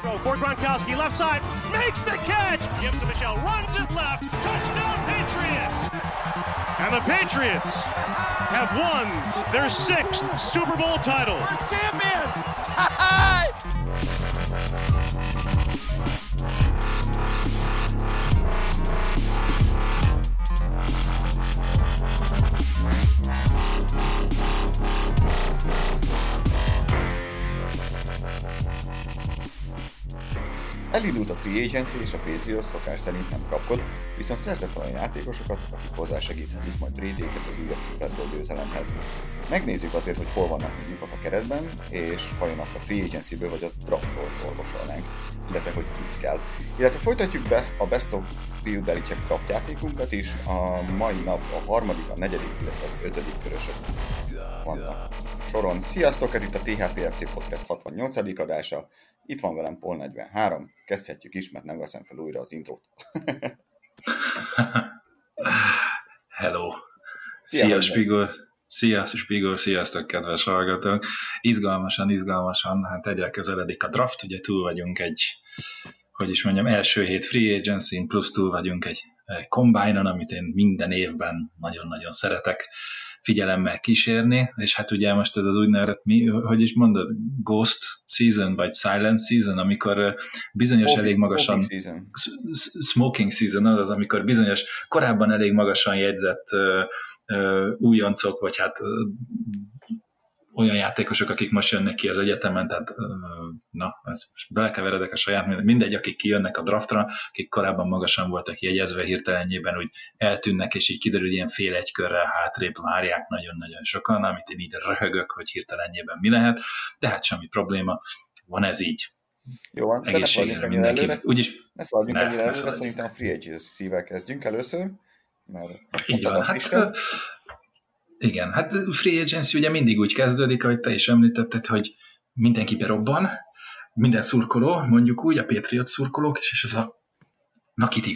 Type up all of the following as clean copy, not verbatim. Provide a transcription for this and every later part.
throw for Gronkowski, left side, makes the catch, gives to Michel, runs it left, touchdown Patriots! And the Patriots have won their 6th Super Bowl title. We're champions! Elindult a free agency, és a Patriots szokás szerint nem kapkod, viszont szerzett olyan játékosokat, akik hozzásegíthetik majd Bradyéket az újabb Super Bowl győzelemhez. Megnézzük azért, hogy hol vannak még lyukak a keretben, és vajon azt a free agency-ből vagy a draftról orvosolnánk, illetve hogy kikkel. Illetve folytatjuk be a Best of Bill Belichick draft játékunkat is, a mai nap a 3., a 4., illetve az 5. körösök vannak soron. Sziasztok, ez itt a THPFC Podcast 68. adása. Itt van velem Paul 43, kezdhetjük is, mert nem veszem fel újra az intrót. Hello! Szia Spigol! Szia Spigol, sziasztok kedves hallgatók! Izgalmasan, hát egyre közeledik a draft, ugye túl vagyunk első hét free agency, plusz túl vagyunk egy combine-on, amit én minden évben nagyon-nagyon szeretek figyelemmel kísérni, és hát ugye most ez az úgynevezett, hogy is mondod, ghost season, vagy silent season, amikor bizonyos elég magasan... Smoking season, az, amikor bizonyos korábban elég magasan jegyzett újoncok, vagy hát olyan játékosok, akik most jönnek ki az egyetemen, tehát belekeveredek a saját, mindegy, akik kijönnek a draftra, akik korábban magasan voltak jegyezve, hirtelenjében úgy eltűnnek, és így kiderül, ilyen fél egy körrel hátrébb várják nagyon-nagyon sokan, amit én így röhögök, hogy hirtelenjében mi lehet, de hát semmi probléma, van ez így. Jó van, de ne szaladjunk annyira előre, szerintem a free agency-vel kezdjünk először, mert így van, igen, hát free agency ugye mindig úgy kezdődik, ahogy te is említetted, hogy mindenki berobban, minden szurkoló, mondjuk úgy, a Patriot szurkolók, és ez a na kit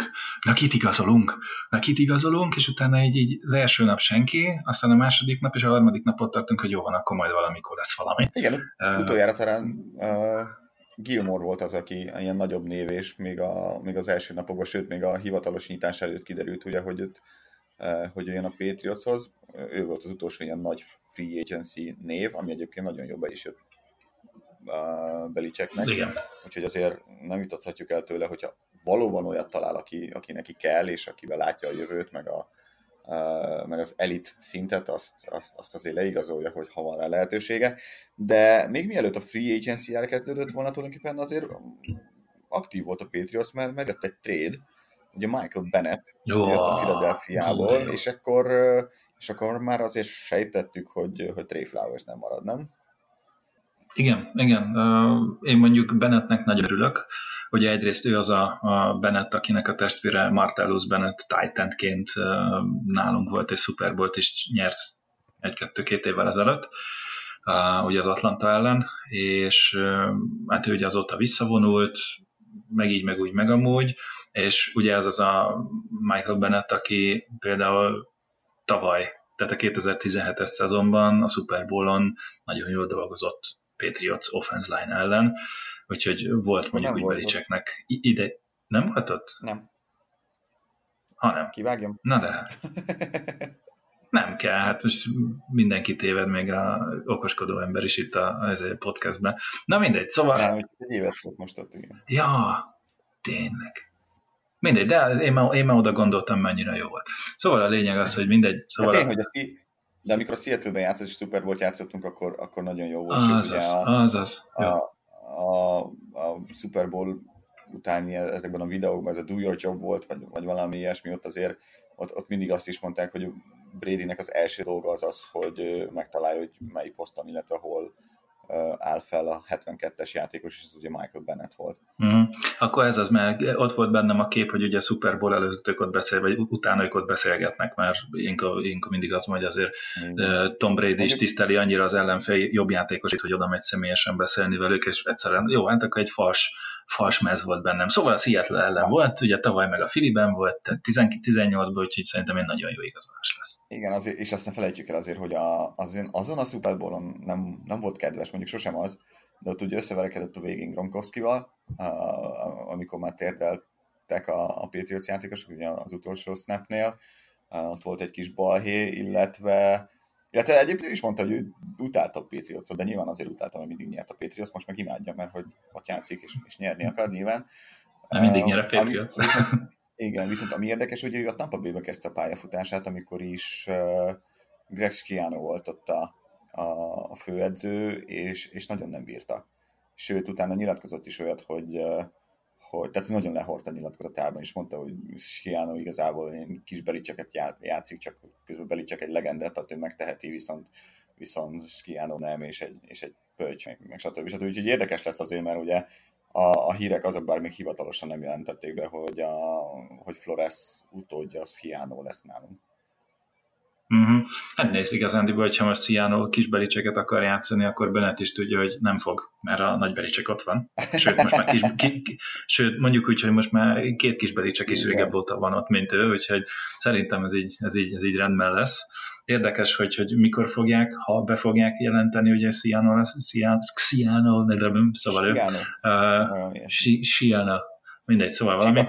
igazolunk, és utána így az első nap senki, aztán a második nap és a harmadik nap ott tartunk, hogy jó van, akkor majd valamikor lesz valami. Igen, utoljára talán Gilmore volt az, aki ilyen nagyobb név, és még az első napokban, sőt, még a hivatalos nyitás előtt kiderült, ugye, hogy jön a Patriotshoz. Ő volt az utolsó ilyen nagy free agency név, ami egyébként nagyon jól be is jött Belichicknek. Igen. Úgyhogy azért nem vitathatjuk el tőle, hogyha valóban olyat talál, aki neki kell, és akivel látja a jövőt, meg az elit szintet, azt azért leigazolja, hogy ha van rá lehetősége. De még mielőtt a free agency elkezdődött volna, tulajdonképpen azért aktív volt a Patriots, mert megjött egy trade, ugye Michael Bennett jött a Philadelphiából, és akkor már azért sejtettük, hogy Trey Flowers nem marad, nem? Igen. Én mondjuk Bennettnek nagyon örülök. Ugye egyrészt ő az a Bennett, akinek a testvére Martellus Bennett Titanként nálunk volt, és Super Bowl-t is nyert 1-2 évvel ezelőtt, ugye az Atlanta ellen, és hát ő ugye azóta visszavonult, meg így, meg úgy, meg amúgy, és ugye ez az a Michael Bennett, aki például tavaly, tehát a 2017-es szezonban a Super Bowl-on nagyon jól dolgozott Patriots offense line ellen, úgyhogy volt mondjuk úgy Belichicknek ide... Nem volt ott? Nem. Nem. Kivágjam? Na de nem kell, hát most mindenki téved, még a okoskodó ember is itt a podcastben. Na mindegy, szóval... Nem, hogy éves volt most ott, igen. Ja, tényleg. Mindegy, de én már oda gondoltam, mennyire jó volt. Szóval a lényeg az, hogy mindegy... Szóval de amikor a Seattle-ben játszott és Super Bowl-t játszottunk, akkor nagyon jó volt. A Super Bowl utáni ezekben a videókban ez a Do Your Job volt, vagy valami ilyesmi, ott azért ott mindig azt is mondták, hogy Bradynek az első dolga az, hogy megtalálja, hogy melyik poszton, illetve hol áll fel a 72-es játékos, és ez ugye Michael Bennett volt. Akkor ez az, mert ott volt bennem a kép, hogy ugye a Super Bowl előtt ők ott beszél, vagy utána ők ott beszélgetnek, mert én mindig azt mondja, azért Tom Brady is tiszteli annyira az ellenfél jobb játékosait, hogy oda megy személyesen beszélni velük, és egyszerűen jó, hát akkor egy fals mez volt bennem. Szóval a Seattle ellen volt, ugye tavaly meg a Phillyben volt, 18-ban, úgyhogy szerintem egy nagyon jó igazolás lesz. Igen, azért, és azt nem felejtjük el azért, hogy azon a Super Bowl-on nem volt kedves, mondjuk sosem az, de ott ugye összeverekedett a végén Gronkowskival, amikor már térdeltek a Patriots játékosok, ugye az utolsó snapnél, ott volt egy kis balhé, illetve egyébként is mondta, hogy ő utálta a Patriotsot, de nyilván azért utálta, mert mindig nyert a Patriots, most meg imádja, mert hogy ott játszik és nyerni akar nyilván. Nem mindig nyer a Patriots. Igen, viszont ami érdekes, hogy ő a Tampa Bay-be kezdte a pályafutását, amikor is Greg Schiano volt ott a főedző, és nagyon nem bírta. Sőt, utána nyilatkozott is olyat, hogy tehát nagyon lehort a nyilatkozatában, és mondta, hogy Schiano igazából kis Belichicket játszik, csak közben Belichick egy legenda, tehát ő megteheti, viszont Schiano nem, és egy pölcs, meg stb. Úgyhogy érdekes lesz azért, mert ugye a hírek azok bár még hivatalosan nem jelentették be, hogy Flores utódja, az Schiano lesz nálunk. Uh-huh. Hát nézd, igazándiból, hogyha most Schiano kis Belichicket akar játszani, akkor Bennett is tudja, hogy nem fog, mert a nagy Belichick ott van. Sőt, most már sőt, mondjuk úgy, hogy most már két kis Belichick is régebb óta van ott, mint ő, úgyhogy szerintem ez így rendben lesz. Érdekes, hogy mikor fogják, ha be fogják jelenteni, ugye Schiano, Schiano, mindegy, szóval valami.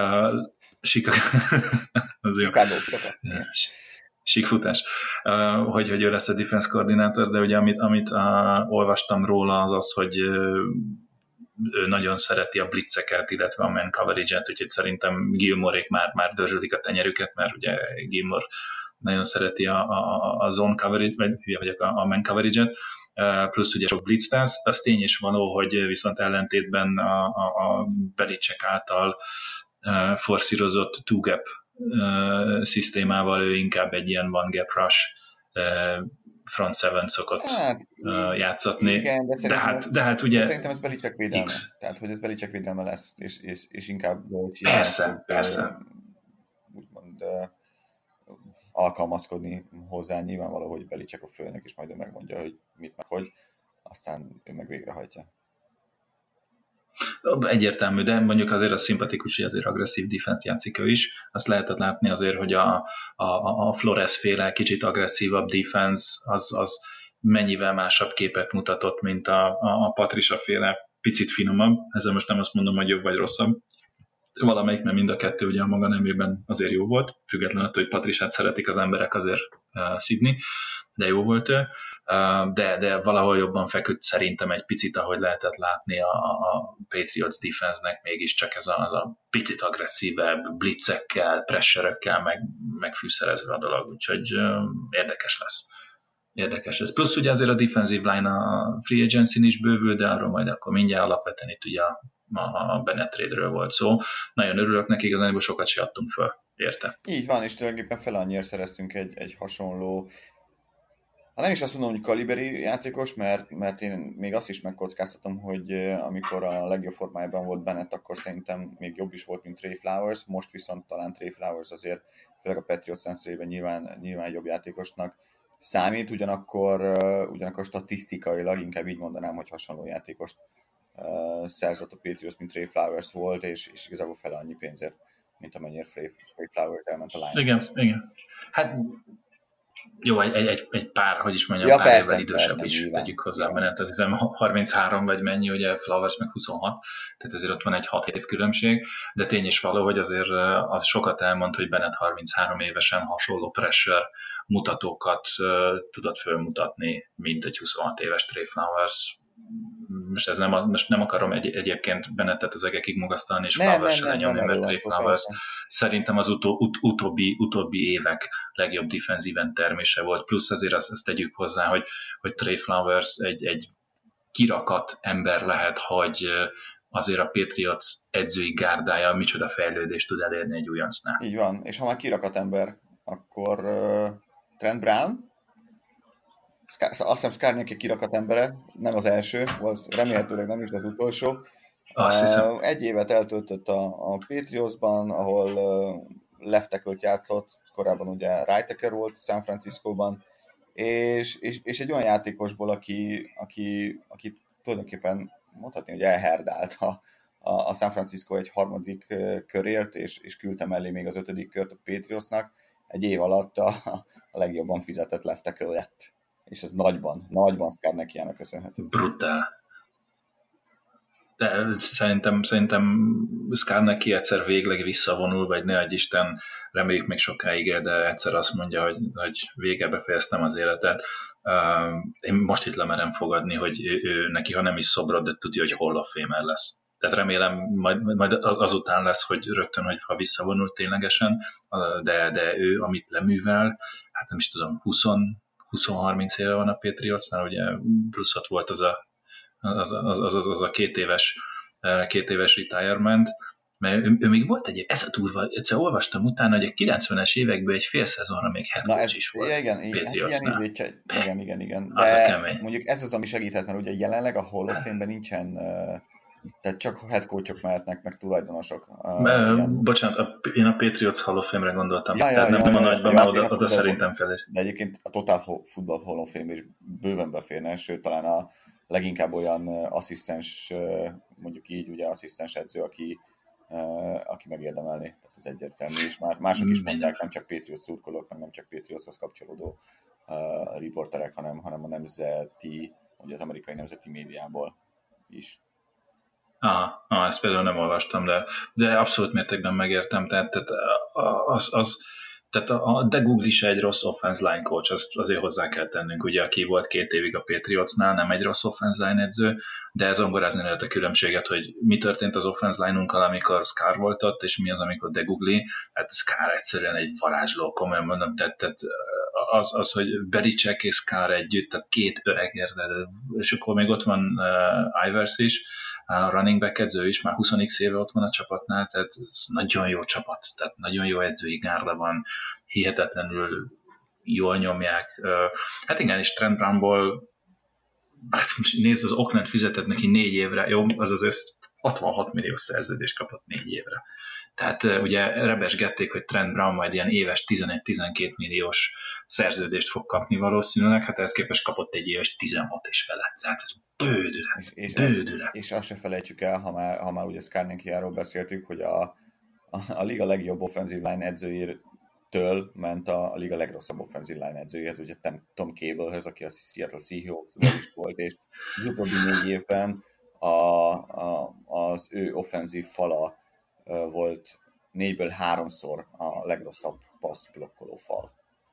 Síkfutás, hogy ő lesz a defense koordinátor, de ugye amit olvastam róla az, hogy ő nagyon szereti a blitzeket, illetve a man coverage-et, úgyhogy szerintem Gilmorék már dörzsölik a tenyerüket, mert ugye Gilmore nagyon szereti a zone coverage, vagy a man coverage-et, plusz ugye sok blitz lesz. Az tény is való, hogy viszont ellentétben a Belichick által forszírozott two-gap szisztémával ő inkább egy ilyen one gap rush front seven szokott játszatni. Igen, de hát ugye... Szerintem ez Belichick védelme. Tehát, hogy ez Belichick védelme lesz, és inkább... Persze. Úgymond alkalmazkodni hozzá, nyilvánvaló, hogy Belichick a főnök, és majd ő megmondja, hogy mit meg hogy, aztán ő meg végrehajtja. Egyértelmű, de mondjuk azért az szimpatikus, hogy azért agresszív defense játszik ő is. Azt lehetett látni azért, hogy a Flores-féle kicsit agresszívabb defense az mennyivel másabb képet mutatott, mint a Patricia-féle picit finomabb. Ezzel most nem azt mondom, hogy jobb vagy rosszabb. Valamelyik, mert mind a kettő ugye a maga nemében azért jó volt, függetlenül attól, hogy Patriciát szeretik az emberek azért szidni, de jó volt ő. De valahol jobban feküdt szerintem egy picit, ahogy lehetett látni a Patriots defense-nek mégiscsak ez az a picit agresszívebb blitzekkel, pressure-ökkel megfűszerezve a dolog, úgyhogy érdekes lesz. Plusz ugye azért a defensive line a free agency-n is bővül, de arról majd akkor mindjárt alapvetően itt ugye a Bennett trade-ről volt szó. Nagyon örülök neki, igazából sokat se adtunk föl, érte. Így van, és tulajdonképpen fel annyira szereztünk egy hasonló, nem is azt mondom, hogy kaliberi játékos, mert én még azt is megkockáztatom, hogy amikor a legjobb formájában volt Bennett, akkor szerintem még jobb is volt, mint Trey Flowers, most viszont talán Trey Flowers azért, főleg a Patriots rendszerében nyilván jobb játékosnak számít, ugyanakkor statisztikailag inkább így mondanám, hogy hasonló játékost szerzett a Patriots, mint Trey Flowers volt, és igazából fele annyi pénzért, mint amennyire Trey Flowers elment a Lions. Igen. Hát jó, egy pár, hogy is mondjam, pár évvel idősebb is nyilván. Tegyük hozzá, mert ez hiszem 33 vagy mennyi, ugye Flowers meg 26, tehát azért ott van egy 6 év különbség, de tény is való, hogy azért az sokat elmond, hogy Bennett 33 évesen hasonló pressure mutatókat tudott fölmutatni, mint egy 26 éves Trey Flowers. Most nem akarom egyébként Bennettet az egekig magasztalni, és Flowers-se lenyomni, mert Trey Flowers szerintem az utóbbi évek legjobb defensíven termése volt, plusz azért azt tegyük hozzá, hogy Trey Flowers egy kirakat ember lehet, hogy azért a Patriots edzői gárdája micsoda fejlődést tud elérni egy újoncnál. Így van, és ha már kirakat ember, akkor Trent Brown, azt hiszem Skarniak kirakat embere, nem az első, remélhetőleg nem is az utolsó. Egy évet eltöltött a Patriotsban, ahol left tackle-t játszott, korábban ugye right tackle volt San Franciscóban, és egy olyan játékosból, aki tulajdonképpen mondhatni, hogy elherdált a San Francisco egy harmadik körért, és küldte mellé még az 5. kört a Patriotsnak, egy év alatt a legjobban fizetett left tackle lett. És ez nagyban Skarnekiának köszönhető. Brutál. De szerintem Skarnecki egyszer végleg visszavonul, vagy ne adj Isten, reméljük még sokáig él, de egyszer azt mondja, hogy vége, befejeztem az életet. Én most itt lemerem fogadni, hogy ő neki, ha nem is szobrod, de tudja, hogy Hall of Famer lesz. Tehát remélem majd azután lesz, hogy rögtön, hogy ha visszavonult ténylegesen, de ő, amit leművel, hát nem is tudom, 20-30 éve van a Patriotsnál, ugye plusz volt az a 2 éves retirement, mert ő még volt ez a durva, egyszer olvastam utána, hogy a 90-es évekből egy fél szezonra még head coach is volt. Igen. De mondjuk ez az, ami segíthet, mert ugye jelenleg a Hall of Fame-ben nincsen, tehát csak head coachok mehetnek, meg tulajdonosok. Bocsánat, én a Patriots Hall of Fame-re gondoltam. Tehát nem a nagyban, mert oda szerintem felés. De egyébként a Total Football Hall of Fame is bőven beférne, sőt talán a leginkább olyan asszisztens, mondjuk így, ugye asszisztens edző, aki megérdemelni. Tehát ez egyértelmű, és már mások is mondják, nem csak Patriots szurkolók, meg nem csak Patriotshoz kapcsolódó riporterek, hanem a nemzeti, ugye az amerikai nemzeti médiából is. Ezt például nem olvastam, de abszolút mértékben megértem, tehát a De Gugli se egy rossz offense line coach, azt azért hozzá kell tennünk, ugye aki volt 2 évig a Patriotsnál, nem egy rossz offense line edző, de zongorázni lehet a különbséget, hogy mi történt az offense line-unkkal, amikor Scar volt ott, és mi az, amikor De Gugli, hát Scar egyszerűen egy varázsló, komolyan mondom, tehát az, hogy Belichick és Scar együtt, tehát 2 öreg érde, és akkor még ott van Ivers is, a running back edző is, már 20x éve ott van a csapatnál, tehát ez nagyon jó csapat, tehát nagyon jó edzői gárda van, hihetetlenül jól nyomják. Hát igen, és Trent Brownból, hát nézd, az Oakland fizetett neki 4 évre, jó, az 66 milliós szerződést kapott 4 évre. Tehát ugye rebesgették, hogy Trent Brown majd ilyen éves 11-12 milliós szerződést fog kapni valószínűleg, hát ehhez képest kapott egy éves 16 és fele. Tehát ez bődület. És azt se felejtsük el, ha már ugye Skarneckiáról beszéltük, hogy a liga legjobb offensive line edzőjétől ment a liga legrosszabb offensive line edzőjéhez, ugye Tom Cablehez, aki a Seattle Seahawks-ból is volt, és az utóbbi 4 évben az ő offenzív fala volt 4-ből 3-szor a legrosszabb passz blokkoló fal.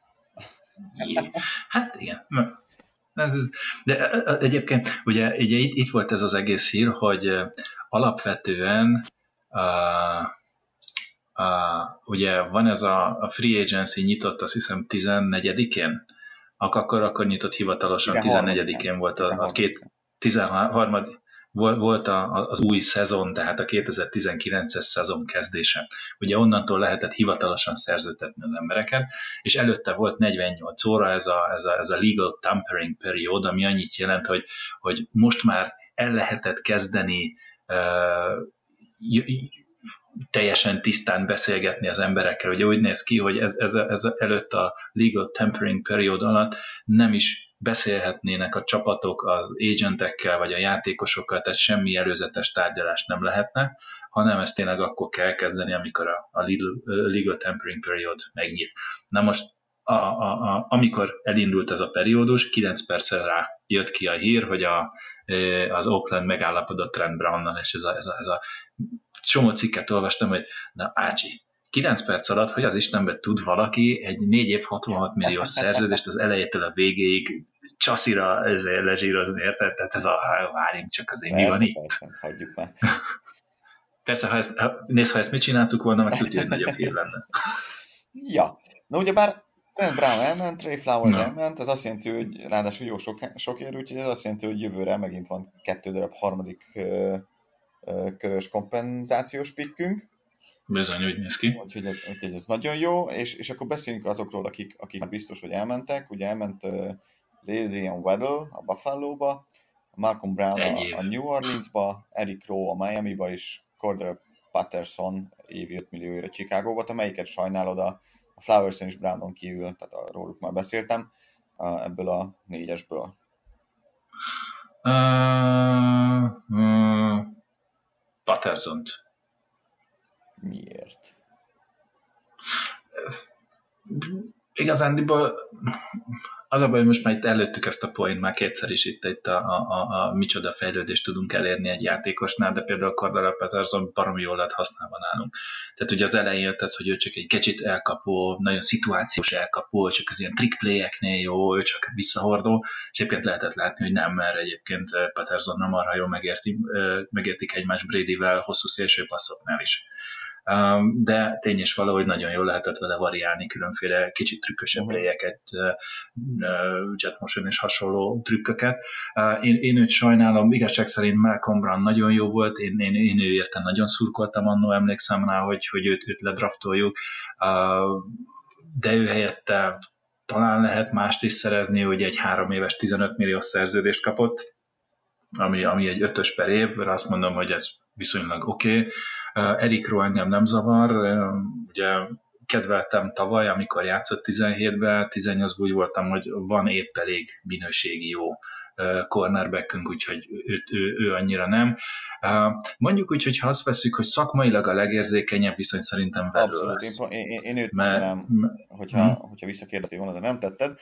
Hát igen. De egyébként ugye itt volt ez az egész hír, hogy alapvetően ugye van ez a free agency nyitott, azt hiszem 14-én, akkor nyitott hivatalosan, 14-én volt a 13. Volt az új szezon, tehát a 2019-es szezon kezdése. Ugye onnantól lehetett hivatalosan szerződtetni az embereket, és előtte volt 48 óra ez a legal tampering period, ami annyit jelent, hogy most már el lehetett kezdeni teljesen tisztán beszélgetni az emberekkel. Ugye úgy néz ki, hogy ez előtt a legal tampering period alatt nem is beszélhetnének a csapatok az agentekkel, vagy a játékosokkal, tehát semmi előzetes tárgyalást nem lehetne, hanem ezt tényleg akkor kell kezdeni, amikor a legal tampering period megnyit. Na most, amikor elindult ez a periódus, 9 perccel rá jött ki a hír, hogy az Oakland megállapodott Trent Brownnal, és ez a csomó cikket olvastam, hogy na Ácsi, 9 perc alatt, hogy az Istenben tud valaki egy 4 év 66 milliós szerződést az elejétől a végéig csasszira lezsírozni, érted? Tehát ez várjunk csak azért, mi van itt? Hagyjuk már. Persze, ha ezt mit csináltuk volna, meg tudja, hogy nagyobb hír lenne. Ja, na ugyebár Trent Brown elment, Trey Flowers elment, ez azt jelenti, hogy ráadásul jó sok ér, úgyhogy ez azt jelenti, hogy jövőre megint van 2 darab harmadik körös kompenzációs pikkünk. Bizony, úgy néz ki. Úgyhogy ez nagyon jó, és akkor beszéljünk azokról, akik biztos, hogy elmentek. Ugye elment Le'Veon Waddle a Buffalo-ba, Malcolm Brown a New Orleans-ba, Eric Rowe a Miami-ba, és Cordell Patterson évi 5 millióra Chicago-ba. Te melyiket sajnálod a Flowerson és Brownon kívül? Tehát róluk már beszéltem, ebből a 4-esből. Pattersont. Miért? Igazándiból az a baj, hogy most már itt előttük ezt a point, már kétszer is itt a micsoda fejlődést tudunk elérni egy játékosnál, de például Cordell Patterson baromi jól lett használva nálunk. Tehát ugye az elején jött ez, hogy ő csak egy kicsit elkapó, nagyon szituációs elkapó, csak az ilyen trickplayeknél jó, ő csak visszahordó, és egyébként lehetett látni, hogy nem, mert egyébként Patterson nem arra jól megértik egymást Bradyvel hosszú szélső passzoknál is. De tény is valahogy nagyon jól lehetett vele variálni különféle kicsit trükkösebb playeket, jet motion és hasonló trükköket. Én őt sajnálom, igazság szerint Malcolm Brown nagyon jó volt, én ő érte nagyon szurkoltam annó, emlékszem rá, hogy őt ledraftoljuk, de ő helyette talán lehet mást is szerezni, hogy egy 3 éves 15 milliós szerződést kapott, ami egy 5-ös per év, mert azt mondom, hogy ez viszonylag oké. Eric Rowe engem nem zavar, ugye kedveltem tavaly, amikor játszott 17-ben, 18-ban úgy voltam, hogy van épp elég minőségi jó cornerbackünk, úgyhogy ő annyira nem. Mondjuk úgy, hogy ha azt veszük, hogy szakmailag a legérzékenyebb, viszont szerintem Weddle lesz. Abszolút, én őt mondanám, hogyha visszakérdeztél volna, de nem tetted.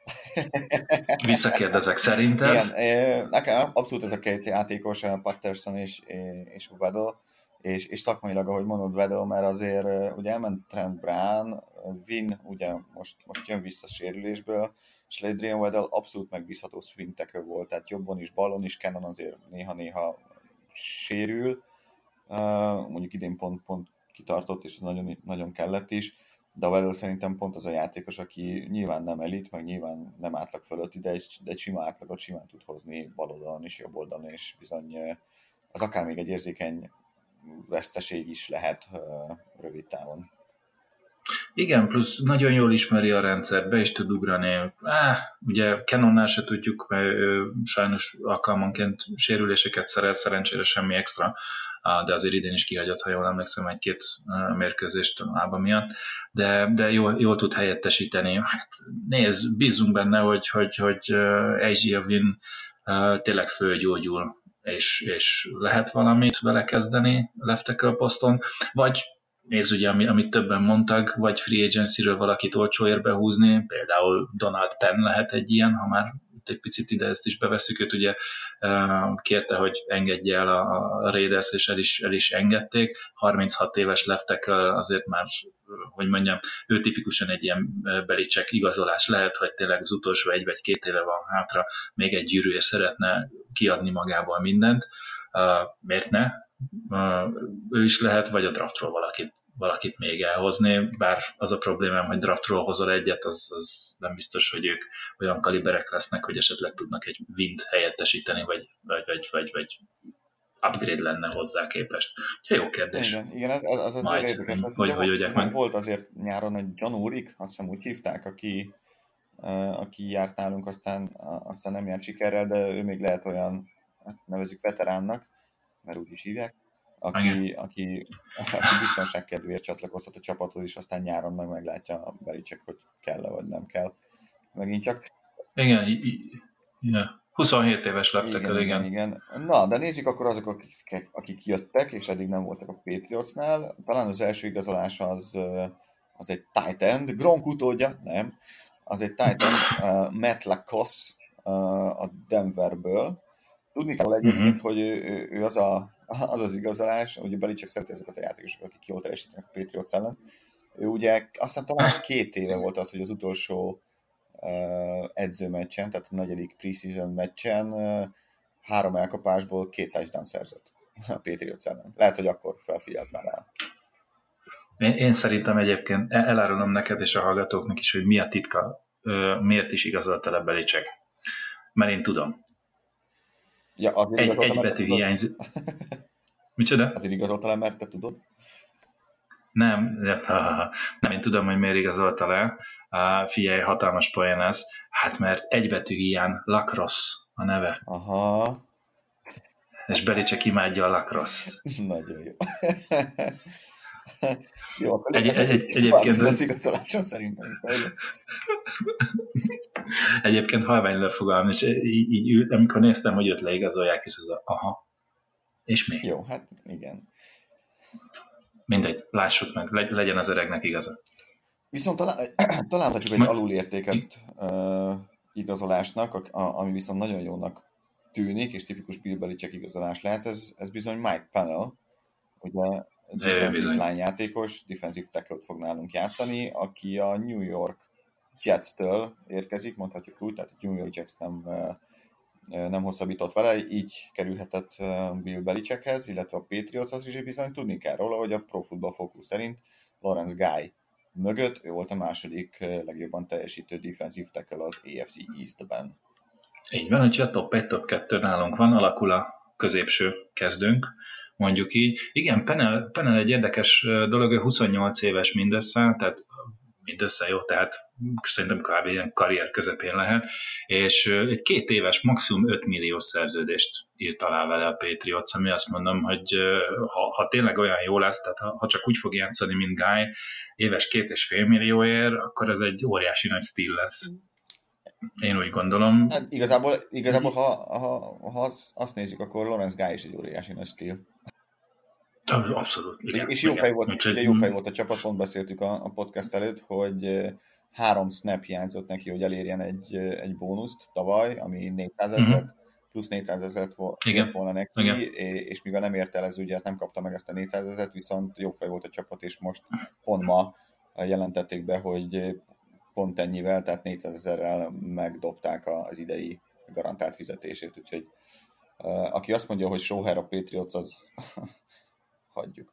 Visszakérdezek szerinted. Igen, nekem abszolút ez a két játékos, Patterson és Weddle, és szakmailag, ahogy mondod, Weddle, mert azért ugye elment Trent Brown, Wynn ugye most jön vissza sérülésből, és Adrian Weddle abszolút megbízható swing tackle volt, tehát jobbon is, ballon is, Cannon azért néha-néha sérül, mondjuk idén pont kitartott, és ez nagyon, nagyon kellett is, de a Weddle szerintem pont az a játékos, aki nyilván nem elit, meg nyilván nem átlag fölötti, de egy sima átlagot simán tud hozni bal oldalon is, jobb oldalon, és bizony az akár még egy érzékeny veszteség is lehet rövid távon. Igen, plusz nagyon jól ismeri a rendszert, be is tud ugrani. Ugye Cannonnál se tudjuk, mert sajnos alkalmanként sérüléseket szerez, szerencsére semmi extra, de azért idén is kihagyott, ha jól emlékszem, 1-2 mérkőzést lába miatt, de jól tud helyettesíteni. Hát nézd, bízunk benne, hogy Asia Wynn tényleg fölgyógyul, és lehet valamit vele kezdeni left tackle poszton, vagy nézd ugye, amit többen mondtak, vagy free agency-ről valakit olcsóért behúzni, például Donald Penn lehet egy ilyen, ha már egy picit ide ezt is beveszük, őt ugye kérte, hogy engedje el a Raiders, és el is engedték. 36 éves left tackle azért már, hogy mondjam, ő tipikusan egy ilyen Belichick igazolás lehet, hogy tényleg az utolsó 1 vagy 2 éve van hátra, még egy gyűrű, és szeretne kiadni magából mindent. Miért ne? Ő is lehet, vagy a draftról valakit még elhozni, bár az a problémám, hogy draftról hozol egyet, az nem biztos, hogy ők olyan kaliberek lesznek, hogy esetleg tudnak egy Wynnt helyettesíteni, vagy upgrade lenne hozzá képest. Jó kérdés. Igen, az majd, érdekes. Hogy meg. Volt azért nyáron egy John Ulrich, azt hiszem úgy hívták, aki járt nálunk, aztán nem ilyen sikerrel, de ő még lehet olyan, nevezzük veteránnak, mert úgy is hívják, aki biztonság kedvéért csatlakozhat a csapathoz, és aztán nyáron meglátja a Belichick, hogy kell-e vagy nem kell. Megint csak. Igen. 27 éves lettek el, igen. Na, de nézzük akkor azok, akik jöttek, és eddig nem voltak a Patriotsnál. Talán az első igazolás az egy tight end, Gronk utódja, nem. Az egy tight end, Matt LaCosse a Denverből. Tudni kell egyébként, hogy ő az igazolás, ugye Belichick szereti ezeket a játékosokat, akik jól teljesítenek a Patriots ellen. Ő ugye azt hiszem talán 2 éve volt az, hogy az utolsó edzőmeccsen, tehát a 4. preseason meccsen 3 elkapásból 2 touchdown szerzett a Patriots ellen. Lehet, hogy akkor felfigyelt már rá. Én szerintem egyébként elárulom neked és a hallgatóknak is, hogy mi a titka, miért is igazolta le Belichick. Mert én tudom. Ja, egy betű hiányzik. Micsoda? Azért igazolta le, mert te tudod? Nem, én tudom, hogy miért igazolta le. Figyelj, hatalmas poén ez. Hát mert egy betű hiány, Lacrosse a neve. Aha. És Belichick imádja a Lacrosse. Nagyon jó. Jó, egyébként az igazoláson szerintem. Egyébként halvány lefogalm, és így amikor néztem, hogy őt leigazolják, és az aha. És mi? Jó, hát igen. Mindegy, lássuk meg, legyen az öregnek igaza. Viszont találhatjuk egy alulértéket igazolásnak, ami viszont nagyon jónak tűnik, és tipikus Bill Belichick igazolás lehet, ez bizony Mike Pennell, ugye defensív lányjátékos, defensív tackle-t fog nálunk játszani, aki a New York Jets-től érkezik, mondhatjuk úgy, tehát a New York Jets nem hosszabbított vele, így kerülhetett Bill Belichickhez, illetve a Patriotshoz is bizony tudni kell róla, hogy a Pro Football Focus szerint Lawrence Guy mögött ő volt a második legjobban teljesítő defensív tackle az AFC East-ben. Így van, hogyha a top 1, top 2 nálunk van, alakul a középső kezdőnk, mondjuk így. Igen, Pennell egy érdekes dolog, ő 28 éves mindössze, tehát jó, tehát szerintem kb. Ilyen karrier közepén lehet, és egy 2 éves, maximum 5 milliós szerződést írt alá vele a Patriots, ami azt mondom, hogy ha tényleg olyan jó lesz, tehát ha csak úgy fog játszani, mint Guy, éves 2,5 millióért, akkor ez egy óriási nagy stíl lesz. Én úgy gondolom. Hát igazából ha azt nézzük, akkor Lawrence Guy is egy óriási nagy stíl. Abszolút. Igen, és jó fej volt a csapat, pont beszéltük a podcast előtt, hogy 3 snap hiányzott neki, hogy elérjen egy bónuszt tavaly, ami 400 000 plusz 400 000 ért volna neki, és mivel nem ért el ez, ugye nem kapta meg ezt a 400 000, viszont jó fej volt a csapat, és most pont ma jelentették be, hogy pont ennyivel, tehát 400 000-rel megdobták az idei garantált fizetését, úgyhogy aki azt mondja, hogy Shoher a Patriots, az hagyjuk.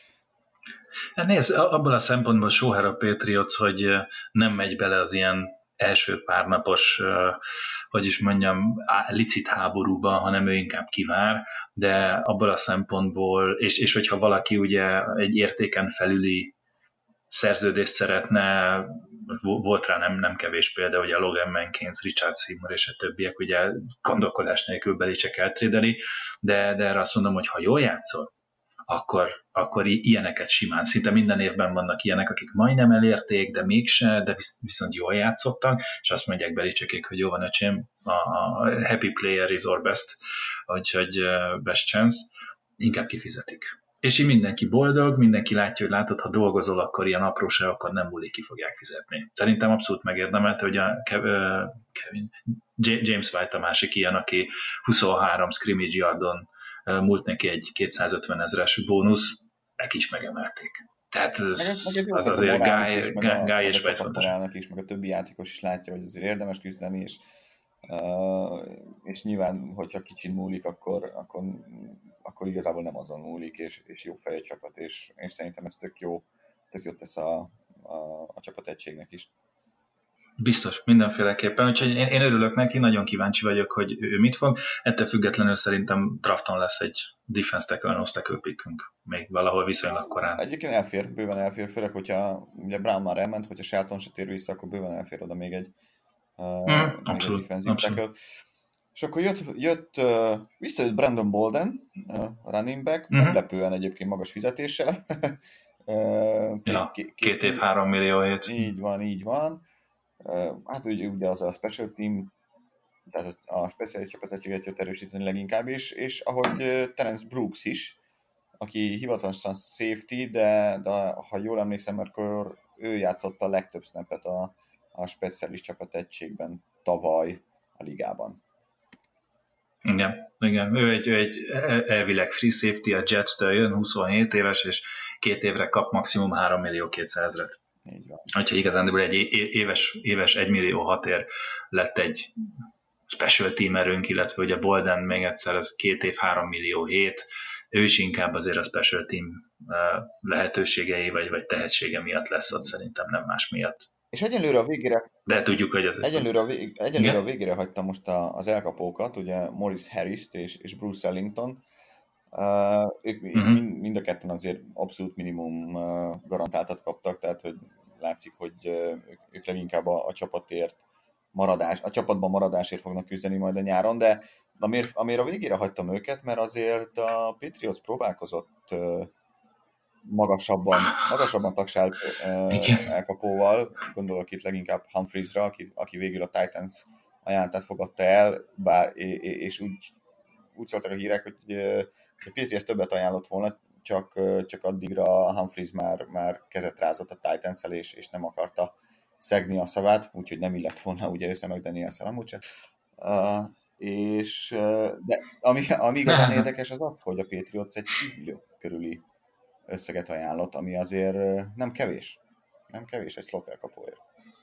Hát nézd, abban a szempontból Shoher a Patriots, hogy nem megy bele az ilyen első pár napos, hogy is mondjam, licit háborúba, hanem ő inkább kivár, de abban a szempontból, és hogyha valaki ugye egy értéken felüli szerződést szeretne, volt rá nem kevés példa, ugye a Logan Mankins, Richard Seymour és a többiek, ugye gondolkodás nélkül Belichick eltrédeli, de erre azt mondom, hogy ha jól játszol, akkor ilyeneket simán. Szinte minden évben vannak ilyenek, akik majdnem elérték, de mégse, de viszont jól játszottak, és azt mondják Belichickék, hogy jó van, öcsém, a happy player is our best, úgyhogy best chance, inkább kifizetik. És így mindenki boldog, mindenki látja, hogy látod, ha dolgozol, akkor ilyen apróságokon nem múlik, ki fogják fizetni. Szerintem abszolút megérdemelt, hogy a James White a másik ilyen, aki 23 scrimmage yardon múlt neki egy 250 000-es bónusz, meg is megemelték. Tehát az azért Guy és White fontos. Is, meg a többi játékos is látja, hogy azért érdemes küzdeni, és nyilván, hogyha kicsit múlik, akkor igazából nem azon múlik, és jó fej csapat, és szerintem ez tök jó tesz a csapat egységnek is. Biztos, mindenféleképpen, úgyhogy én örülök neki, nagyon kíváncsi vagyok, hogy ő mit fog. Ettől függetlenül szerintem drafton lesz egy defense tackle, nose tackle pickünk, még valahol viszonylag korán. Egyébként bőven elfér, főleg, hogyha ugye Brown már elment, hogyha Shelton se tér vissza, akkor bőven elfér oda még egy defensive tackle. És akkor jött visszajött Brandon Bolden, running back, meglepően egyébként magas fizetéssel. 2 év 3 millióért. Így van. Hát ugye az a special team, tehát a speciális csapategységet jött erősíteni leginkább is, és ahogy Terence Brooks is, aki hivatalosan safety, de ha jól emlékszem, akkor ő játszott a legtöbb snappet a speciális csapategységben tavaly a ligában. Igen. Ő egy elvileg free safety, a Jets-től jön, 27 éves, és 2 évre kap maximum 3 200 000. Úgyhogy igazán egy éves 1 millió 6 ér lett egy special teamerünk, illetve ugye Bolden még egyszer, ez 2 év 3 millió 7, ő is inkább azért a special team lehetőségei vagy tehetsége miatt lesz ott, szerintem nem más miatt. És egyenlőre a végére... De tudjuk, hogy ez... Egyenlőre a végére hagytam most az elkapókat, ugye Morris Harris-t és Bruce Ellington. Ők mind a ketten azért abszolút minimum garantáltat kaptak, tehát hogy látszik, hogy ők leginkább a csapatban maradásért fognak küzdeni majd a nyáron, de amire a végére hagytam őket, mert azért a Patriots próbálkozott magasabban tagsált elkapóval, gondolok itt leginkább Humphriesra, aki végül a Titans ajánlatát fogadta el, és úgy szóltak a hírek, hogy a Patriots többet ajánlott volna, csak addigra Humphries már kezet rázott a Titans-el, és nem akarta szegni a szavát, úgyhogy nem illett volna ugye össze meg Daniels-el amúgy sem. De ami igazán érdekes az, hogy a Patriots egy 10 millió körüli összeget ajánlott, ami azért nem kevés. Nem kevés egy slot elkapóért.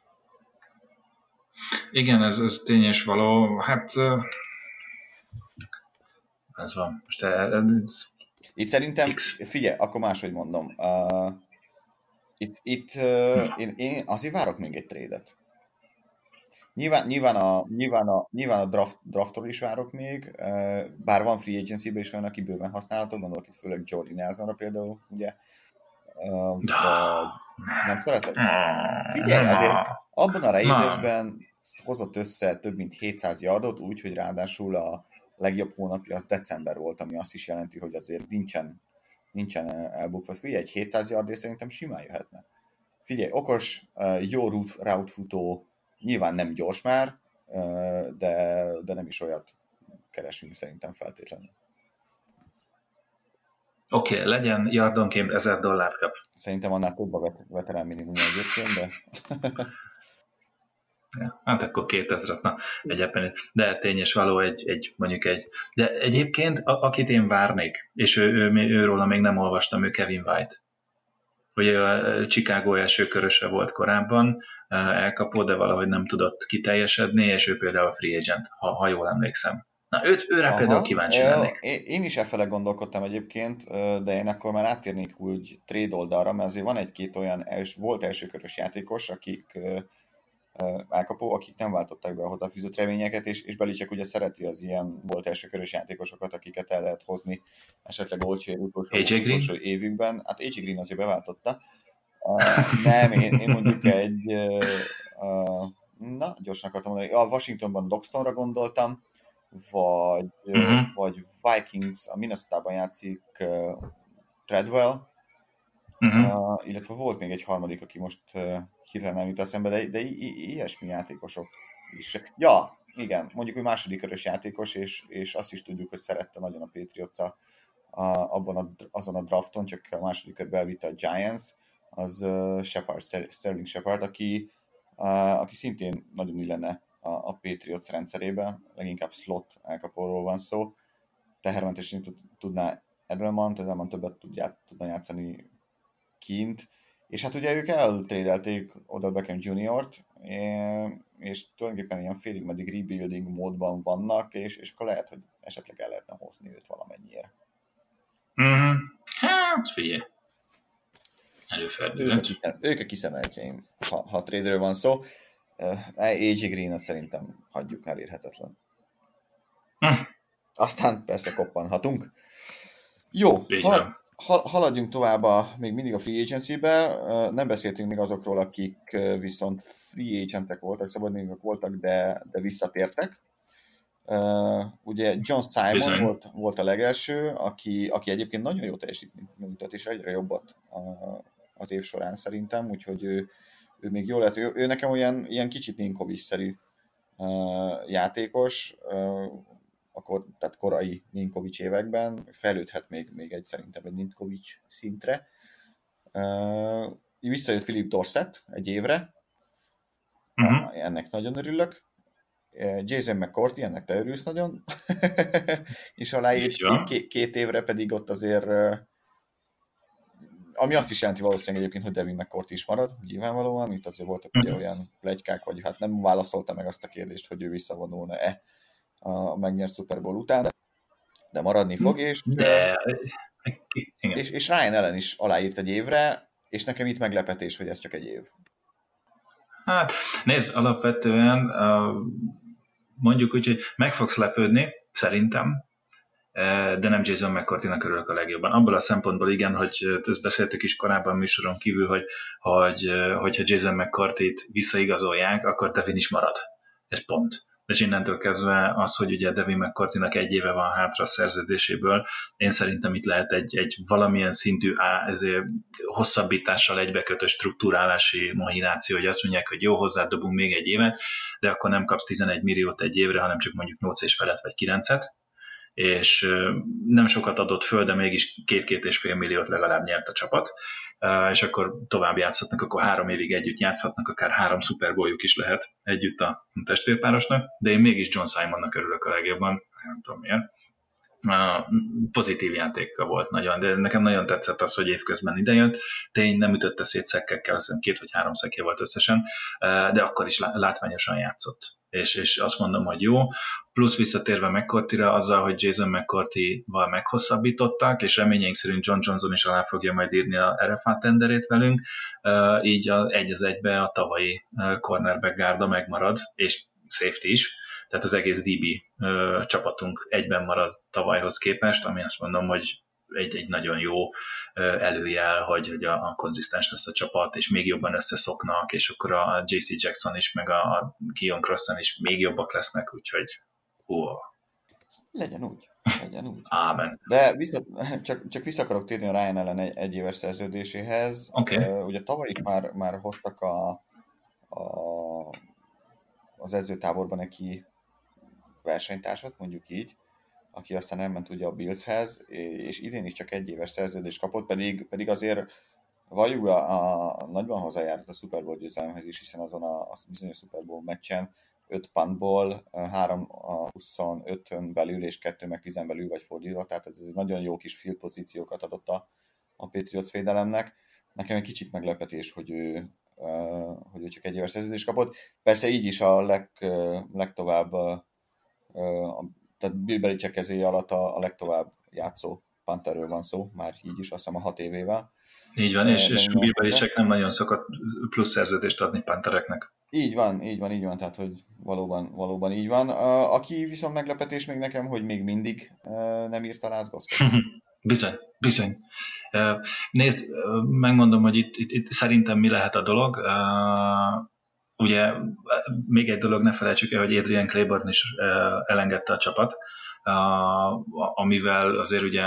Igen, ez tény és való. Hát ez van. Most itt szerintem, figyelj, akkor máshogy mondom. Én azért várok még egy trédet. Nyilván a draftról is várok még, bár van free agency-ben is olyan, aki bőven használható, gondolok itt főleg Jordy Nelsonra például, ugye. Nem szereted? Figyelj, azért abban a Raidersben hozott össze több mint 700 yardot, úgyhogy ráadásul a legjobb hónapja az december volt, ami azt is jelenti, hogy azért nincsen elbukva. Figyelj, egy 700 yardért szerintem simán jöhetne. Figyelj, okos, jó route futó, nyilván nem gyors már, de nem is olyat keresünk szerintem feltétlenül. Oké, legyen yardonként $1000 kap. Szerintem annál több a veterán minimum egyébként, de... Ja, hát akkor 2000, na, egyébként, de tény és való mondjuk egy... De egyébként, akit én várnék, és őróla még nem olvastam, ő Kevin White. Ugye a Chicago első köröse volt korábban, elkapott, de valahogy nem tudott kiteljesedni, és ő például free agent, ha jól emlékszem. Na, őre például kíváncsi lennék. Én is effele gondolkodtam egyébként, de én akkor már áttérnék úgy trade oldalra, mert azért van egy-két olyan volt elsőkörös játékos, akik elkapó, akik nem váltották be a hozzáfűzött reményeket, és Belichick ugye szereti az ilyen volt elsőkörös játékosokat, akiket el lehet hozni esetleg olcsóért utolsó évükben. Hát AJ Green azért beváltotta. Nem, én mondjuk gyorsan akartam mondani, a Washingtonban Doxtonra gondoltam, vagy Vikings, a Minnesota-ban játszik Treadwell, illetve volt még egy harmadik, aki most hirtelen nem jut eszembe, de ilyesmi játékosok is. Ja, igen, mondjuk ő második körös játékos, és azt is tudjuk, hogy szerette nagyon a Patriots azon a drafton, csak a második körbe elvitte a Giants, az Sterling Shepard, aki szintén nagyon illene a Patriots rendszerében, leginkább slot elkapóról van szó. Tehermentesen tudná Edelman többet tudna játszani kint, és hát ugye ők eltrédelték Odell Beckham Jr.-t, és tulajdonképpen ilyen félig meddig rebuilding módban vannak, és akkor lehet, hogy esetleg el lehetne hozni őt valamennyire. Hát, figyelj. Előfordul. Ők a kiszemeltjeim, ha trade-ről van szó. AJ Green-et szerintem hagyjuk, elérhetetlen. Aztán persze koppanhatunk. Jó, haladjunk tovább még mindig a free agency-be. Nem beszéltünk még azokról, akik viszont free agentek voltak, szabadnék voltak, de visszatértek. Ugye John Simon volt a legelső, aki egyébként nagyon jó teljesítményt mutat, és egyre jobbat az év során szerintem, úgyhogy ő még jól lehet. Ő nekem olyan ilyen kicsit Ninkovics-szerű játékos, tehát korai Ninkovics években, fejlődhet még szerintem egy Ninkovics szintre. Visszajött Philip Dorsett egy évre, ennek nagyon örülök. Jason McCourty, ennek te örülsz nagyon, és aláírt 2 évre pedig ott azért, ami azt is jelenti valószínűleg egyébként, hogy Devin McCourty is marad, nyilvánvalóan, itt azért voltak ugye olyan pletykák, vagy hát nem válaszolta meg azt a kérdést, hogy ő visszavonulna-e a megnyert Super Bowl után, de maradni fog, és Ryan Allen is aláírt egy évre, és nekem itt meglepetés, hogy ez csak egy év. Hát, nézd, alapvetően mondjuk úgy, hogy meg fogsz lepődni, szerintem, de nem Jason McCourty-nak örülök a legjobban. Abból a szempontból igen, hogy ezt beszéltük is korábban műsoron kívül, hogyha Jason McCourty-t visszaigazolják, akkor Devin is marad. Ez pont. És innentől kezdve az, hogy ugye Devin McCourty-nak 1 éve van hátra a szerződéséből, én szerintem itt lehet egy valamilyen szintű hosszabbítással egybekötött struktúrálási mahináció, hogy azt mondják, hogy jó, hozzádobunk még 1 évet, de akkor nem kapsz 11 milliót 1 évre, hanem csak mondjuk 8 és felett vagy 9-et, és nem sokat adott föl, de mégis 2-2,5 milliót legalább nyert a csapat, és akkor tovább játszhatnak, akkor 3 évig együtt játszhatnak, akár 3 Super Bowl-juk is lehet együtt a testvérpárosnak, de én mégis John Simonnak örülök a legjobban, nem tudom miért. Pozitív játéka volt nagyon, de nekem nagyon tetszett az, hogy évközben idejött, tény nem ütötte szét szekkekkel, azt hiszem 2 vagy 3 szekkje volt összesen, de akkor is látványosan játszott. És azt mondom, hogy jó, plusz visszatérve McCourtyra azzal, hogy Jason McCourty-val meghosszabbították, és reményeink szerint John Johnson is alá fogja majd írni a RFA tenderét velünk, így egy az egybe a tavalyi cornerback gárda megmarad, és safety is, tehát az egész DB csapatunk egyben marad tavalyhoz képest, ami azt mondom, hogy egy nagyon jó előjel, hogy a konzisztens lesz a csapat, és még jobban összeszoknak, és akkor a JC Jackson is, meg a Keon Crossan is még jobbak lesznek, úgyhogy Legyen úgy. Ámen. De csak vissza akarok térni a Ryan Allen egy éves szerződéséhez. Okay. Ugye tavaly is már hoztak az edzőtáborban neki versenytársat, mondjuk így, aki aztán elment ugye a Billshez, és idén is csak egy éves szerződést kapott, pedig azért valljuk a nagyban hozzájárult a Super Bowl győzelemhez is, hiszen azon a bizonyos Super Bowl meccsen 5 puntból 3 a 25-ön belül és 2 meg 10 belül vagy fordítva, tehát ez nagyon jó kis field pozíciókat adott a Patriots védelemnek. Nekem egy kicsit meglepetés, hogy ő csak egy éves szerződést kapott. Persze így is a legtovább, tehát Bill Belichick kezéje alatt a legtovább játszó punterről van szó, már így is, azt hiszem a 6 évével. Így van, és Bill Belichick nem nagyon szokott plusz szerződést adni puntereknek. Így van, tehát hogy valóban így van. Aki viszont meglepetés még nekem, hogy még mindig nem írt alá Gostkowski. Bizony. Nézd, megmondom, hogy itt szerintem mi lehet a dolog. Ugye még egy dolog, ne felejtsük el, hogy Adrian Claiborne is elengedte a csapat, amivel azért ugye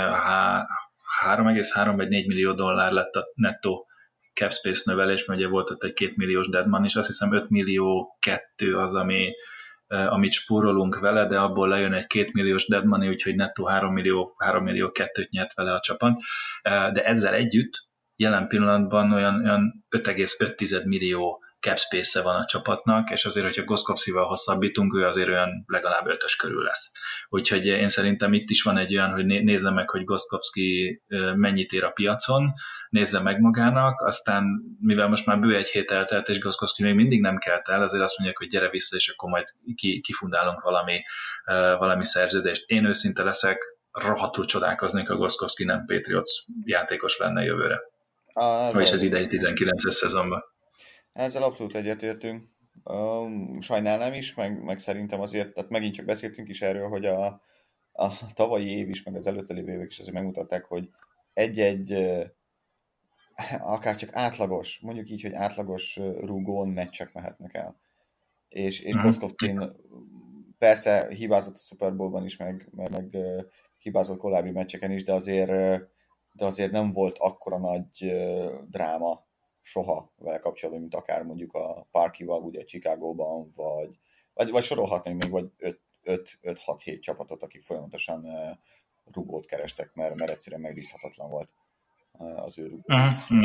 3,3 vagy 4 millió dollár lett a nettó cap space növelés, mert ugye volt ott egy 2 milliós deadman is, azt hiszem 5 millió 2 az, amit spórolunk vele, de abból lejön egy 2 milliós dead money, úgyhogy nettó 3 millió 2-t nyert vele a csapat. De ezzel együtt jelen pillanatban olyan 5,5 millió cap space-e van a csapatnak, és azért, hogyha Gostkowskival hosszabbítunk, ő azért olyan legalább 5-ös körül lesz. Úgyhogy én szerintem itt is van egy olyan, hogy nézze meg, hogy Gostkowski mennyit ér a piacon, nézze meg magának, aztán mivel most már bő egy hét eltelt, és Gostkowski még mindig nem kelt el, azért azt mondják, hogy gyere vissza, és akkor majd kifundálunk valami szerződést. Én őszinte leszek, rohadtul csodálkoznék, a Gostkowski nem Patriots játékos lenne jövőre. Vagyis az idei 19-es szezonban. Ezzel abszolút egyetértünk. Sajnálnám is, meg szerintem azért, tehát megint csak beszéltünk is erről, hogy a tavalyi év is, meg az előtte lévő évek is azért megmutatták, hogy egy-egy akár csak átlagos, mondjuk így, hogy átlagos rúgón meccsek mehetnek el. És Gostkowski persze hibázott a Super Bowl-ban is, meg hibázott korábbi meccseken is, de azért nem volt akkora nagy dráma soha vele kapcsolatban, mint akár mondjuk a Parkival, ugye Chicagóban, vagy sorolhatnánk még, vagy 5-6-7 csapatot, akik folyamatosan rugót kerestek, mert egyszerűen megbízhatatlan volt az ő rugó.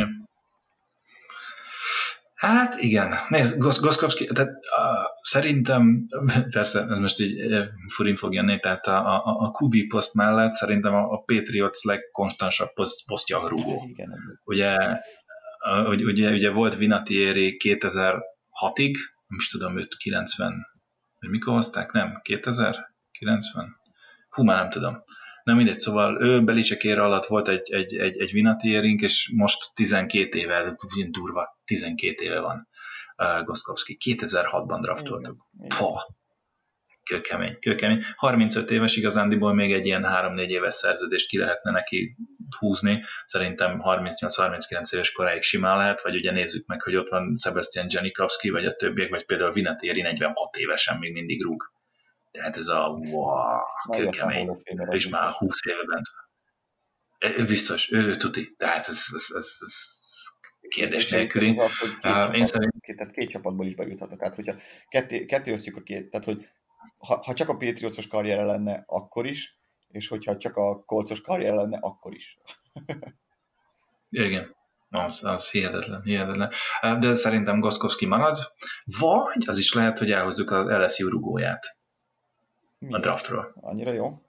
Hát igen, nézd, Gostkowski, tehát szerintem, persze ez most így furin fog jönni, tehát a QB poszt mellett szerintem a Patriots legkonstansabb posztja a rugó. Ugye volt Vinatieri 2006-ig, nem is tudom, őt 90, hogy mikor hozták, nem? 2090? Már nem tudom. Nem mindegy, szóval ő Belichick éra alatt volt egy Vinatierink, és most 12 éve, durva 12 éve van Gostkowski. 2006-ban draftoltuk. Kőkemény. 35 éves igazándiból még egy ilyen 3-4 éves szerződést ki lehetne neki húzni. Szerintem 38-39 éves koráig simán lehet, vagy ugye nézzük meg, hogy ott van Sebastian Janikowski, vagy a többiek, vagy például Vinatieri 46 évesen még mindig rúg. Tehát ez a kőkemény, és már 20 éve bent. Biztos, ő tuti. Tehát ez kérdés nélküli. Tehát két csapatból is bejuthatnak. Tehát hogyha ketté osztjuk a két, tehát hogy ha csak a Patriotsos karriere lenne akkor is, és hogyha csak a Colts-os karrier lenne, akkor is. Igen, az hihetetlen. De szerintem Gostkowski marad, vagy az is lehet, hogy elhozzuk az LSU rugóját. Miért? A draftról. Annyira jó?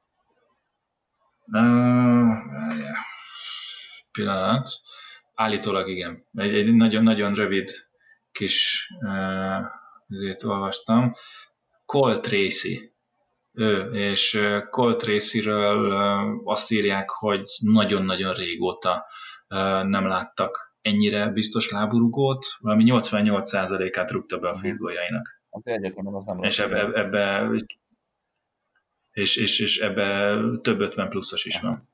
Pillanat. Állítólag igen. Egy nagyon rövid kis ezért olvastam. Cole Tracy. És Cole Tracyről azt írják, hogy nagyon-nagyon régóta nem láttak ennyire biztos lábúrugót, valami 88%-át rúgta be a field goaljainak. Az egyetemen az nem rossz. És ebbe több 50 pluszos is van.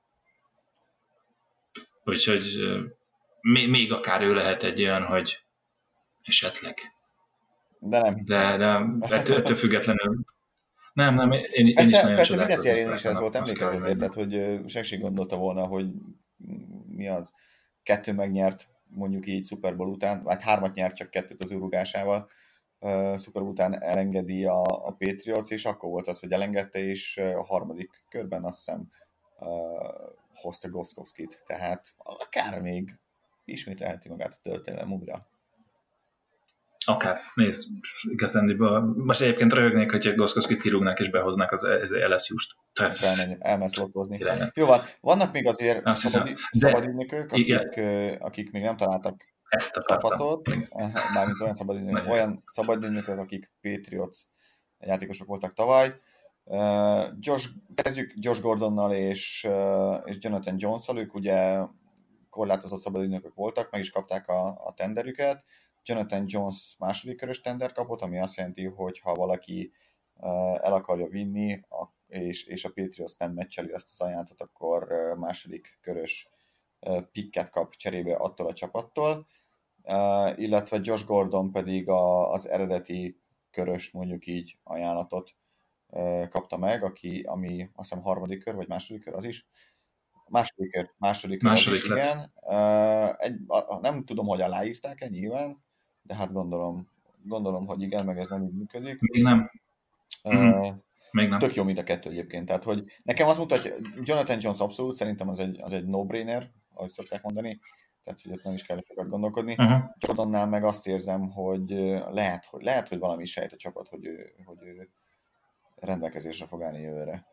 Úgyhogy még akár ő lehet egy olyan, hogy esetleg. De nem. De ettől függetlenül nem, én is nagyon persze mindent én is ez volt, emlékezz azért, tehát hogy senki gondolta volna, hogy mi az 2 megnyert mondjuk így Super Bowl után, vagy 3 nyert, csak 2 az rúgásával, Super Bowl után elengedi a Patriots, és akkor volt az, hogy elengedte, és a 3. körben azt hiszem hozta Gostkowskit, tehát akár még ismételheti magát a történelem újra. Akár, nézd, igazándiból. Most egyébként röhögnék, hogyha Gostkowskit kirúgnák és behoznák az LSU-st. Elmensz lottozni. Jó van, vannak még azért szabadügynökök, akik még nem találtak csapatot, mármint olyan szabadügynökök, akik Patriots játékosok voltak tavaly. Kezdjük Josh Gordonnal és Jonathan Jones-szal, ők ugye korlátozott szabadügynökök voltak, meg is kapták a tenderüket. Jonathan Jones második körös tender kapott, ami azt jelenti, hogy ha valaki el akarja vinni, és a Patriots nem meccseli azt az ajánlatot, akkor második körös picket kap cserébe attól a csapattól, illetve Josh Gordon pedig az eredeti körös, mondjuk így, ajánlatot kapta meg, ami azt hiszem 3. kör, vagy második kör az is. Második kör az is, igen. Nem tudom, hogy aláírták-e nyilván, de hát gondolom, hogy igen, meg ez nem így működik. Még nem. Még nem. Tök jó mind a kettő egyébként. Tehát, hogy nekem azt mutatja, Jonathan Jones abszolút, szerintem az egy no-brainer, ahogy szokták mondani, tehát, hogy ott nem is kell sokat gondolkodni. Jordannál meg azt érzem, hogy lehet, hogy valami sejt a csapat, hogy ő rendelkezésre fog állni jövőre.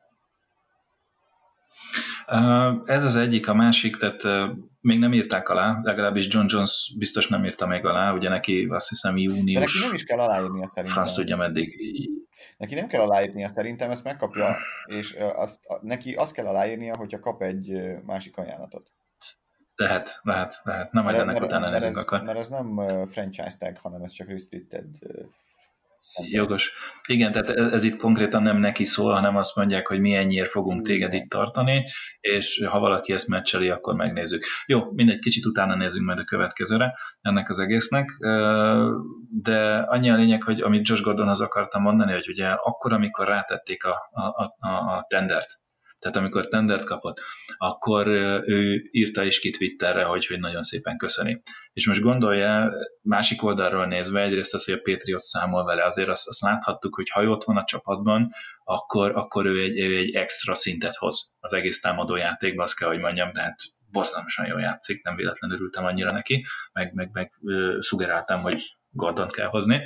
Ez az egyik, a másik, tehát még nem írták alá, legalábbis John Jones biztos nem írta még alá, ugye neki azt hiszem június... De neki nem is kell aláírnia szerintem. Franc tudja meddig. Neki nem kell aláírnia szerintem, ezt megkapja, és neki azt kell aláírnia, hogyha kap egy másik ajánlatot. Lehet. Nem, majd ennek utána nézünk akkor. Mert ez nem franchise tag, hanem ez csak restricted. Jogos. Igen, tehát ez itt konkrétan nem neki szól, hanem azt mondják, hogy mi ennyiért fogunk téged itt tartani, és ha valaki ezt meccseli, akkor megnézzük. Jó, mindegy, kicsit utána nézzünk majd a következőre ennek az egésznek, de annyi a lényeg, hogy amit Josh Gordonhoz akartam mondani, hogy ugye akkor, amikor rátették a tendert, tehát amikor tendert kapott, akkor ő írta is ki Twitterre, hogy nagyon szépen köszöni. És most gondolja, másik oldalról nézve, egyrészt az, hogy a Patriots számol vele, azért azt láthattuk, hogy ha ő ott van a csapatban, akkor ő egy extra szintet hoz az egész támadó játékban, azt kell, hogy mondjam, tehát borzalmasan jól játszik, nem véletlenül örültem annyira neki, meg szugeráltam, hogy Gordont kell hozni.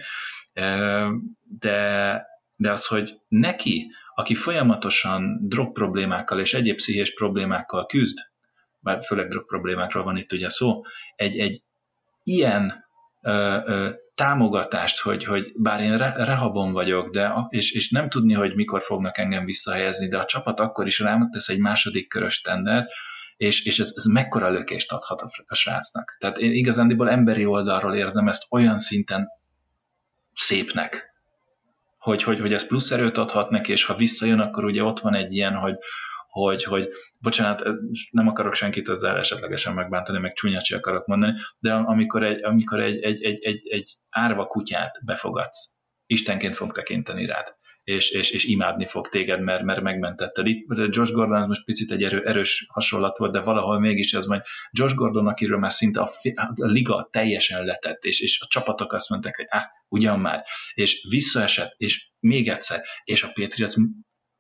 De az, hogy neki, aki folyamatosan drog problémákkal és egyéb pszichés problémákkal küzd, bár főleg drog problémákról van itt ugye szó, egy ilyen támogatást, hogy bár én rehabon vagyok, és nem tudni, hogy mikor fognak engem visszahelyezni, de a csapat akkor is rám tesz egy második körös tendert, és ez mekkora lökést adhat a srácnak. Tehát én igazándiból emberi oldalról érzem ezt olyan szinten szépnek, hogy ez plusz erőt adhat neki, és ha visszajön, akkor ugye ott van egy ilyen, hogy bocsánat, nem akarok senkit ezzel esetlegesen megbántani, meg csúnyacsi akarok mondani, de amikor egy árva kutyát befogadsz, Istenként fog tekinteni rád, és imádni fog téged, mert megmentetted. Itt Josh Gordon most picit egy erős hasonlat volt, de valahol mégis ez majd Josh Gordon, akiről már szinte a liga teljesen letett, és a csapatok azt mondták, hogy ugyan már, és visszaesett, és még egyszer, és a Patriots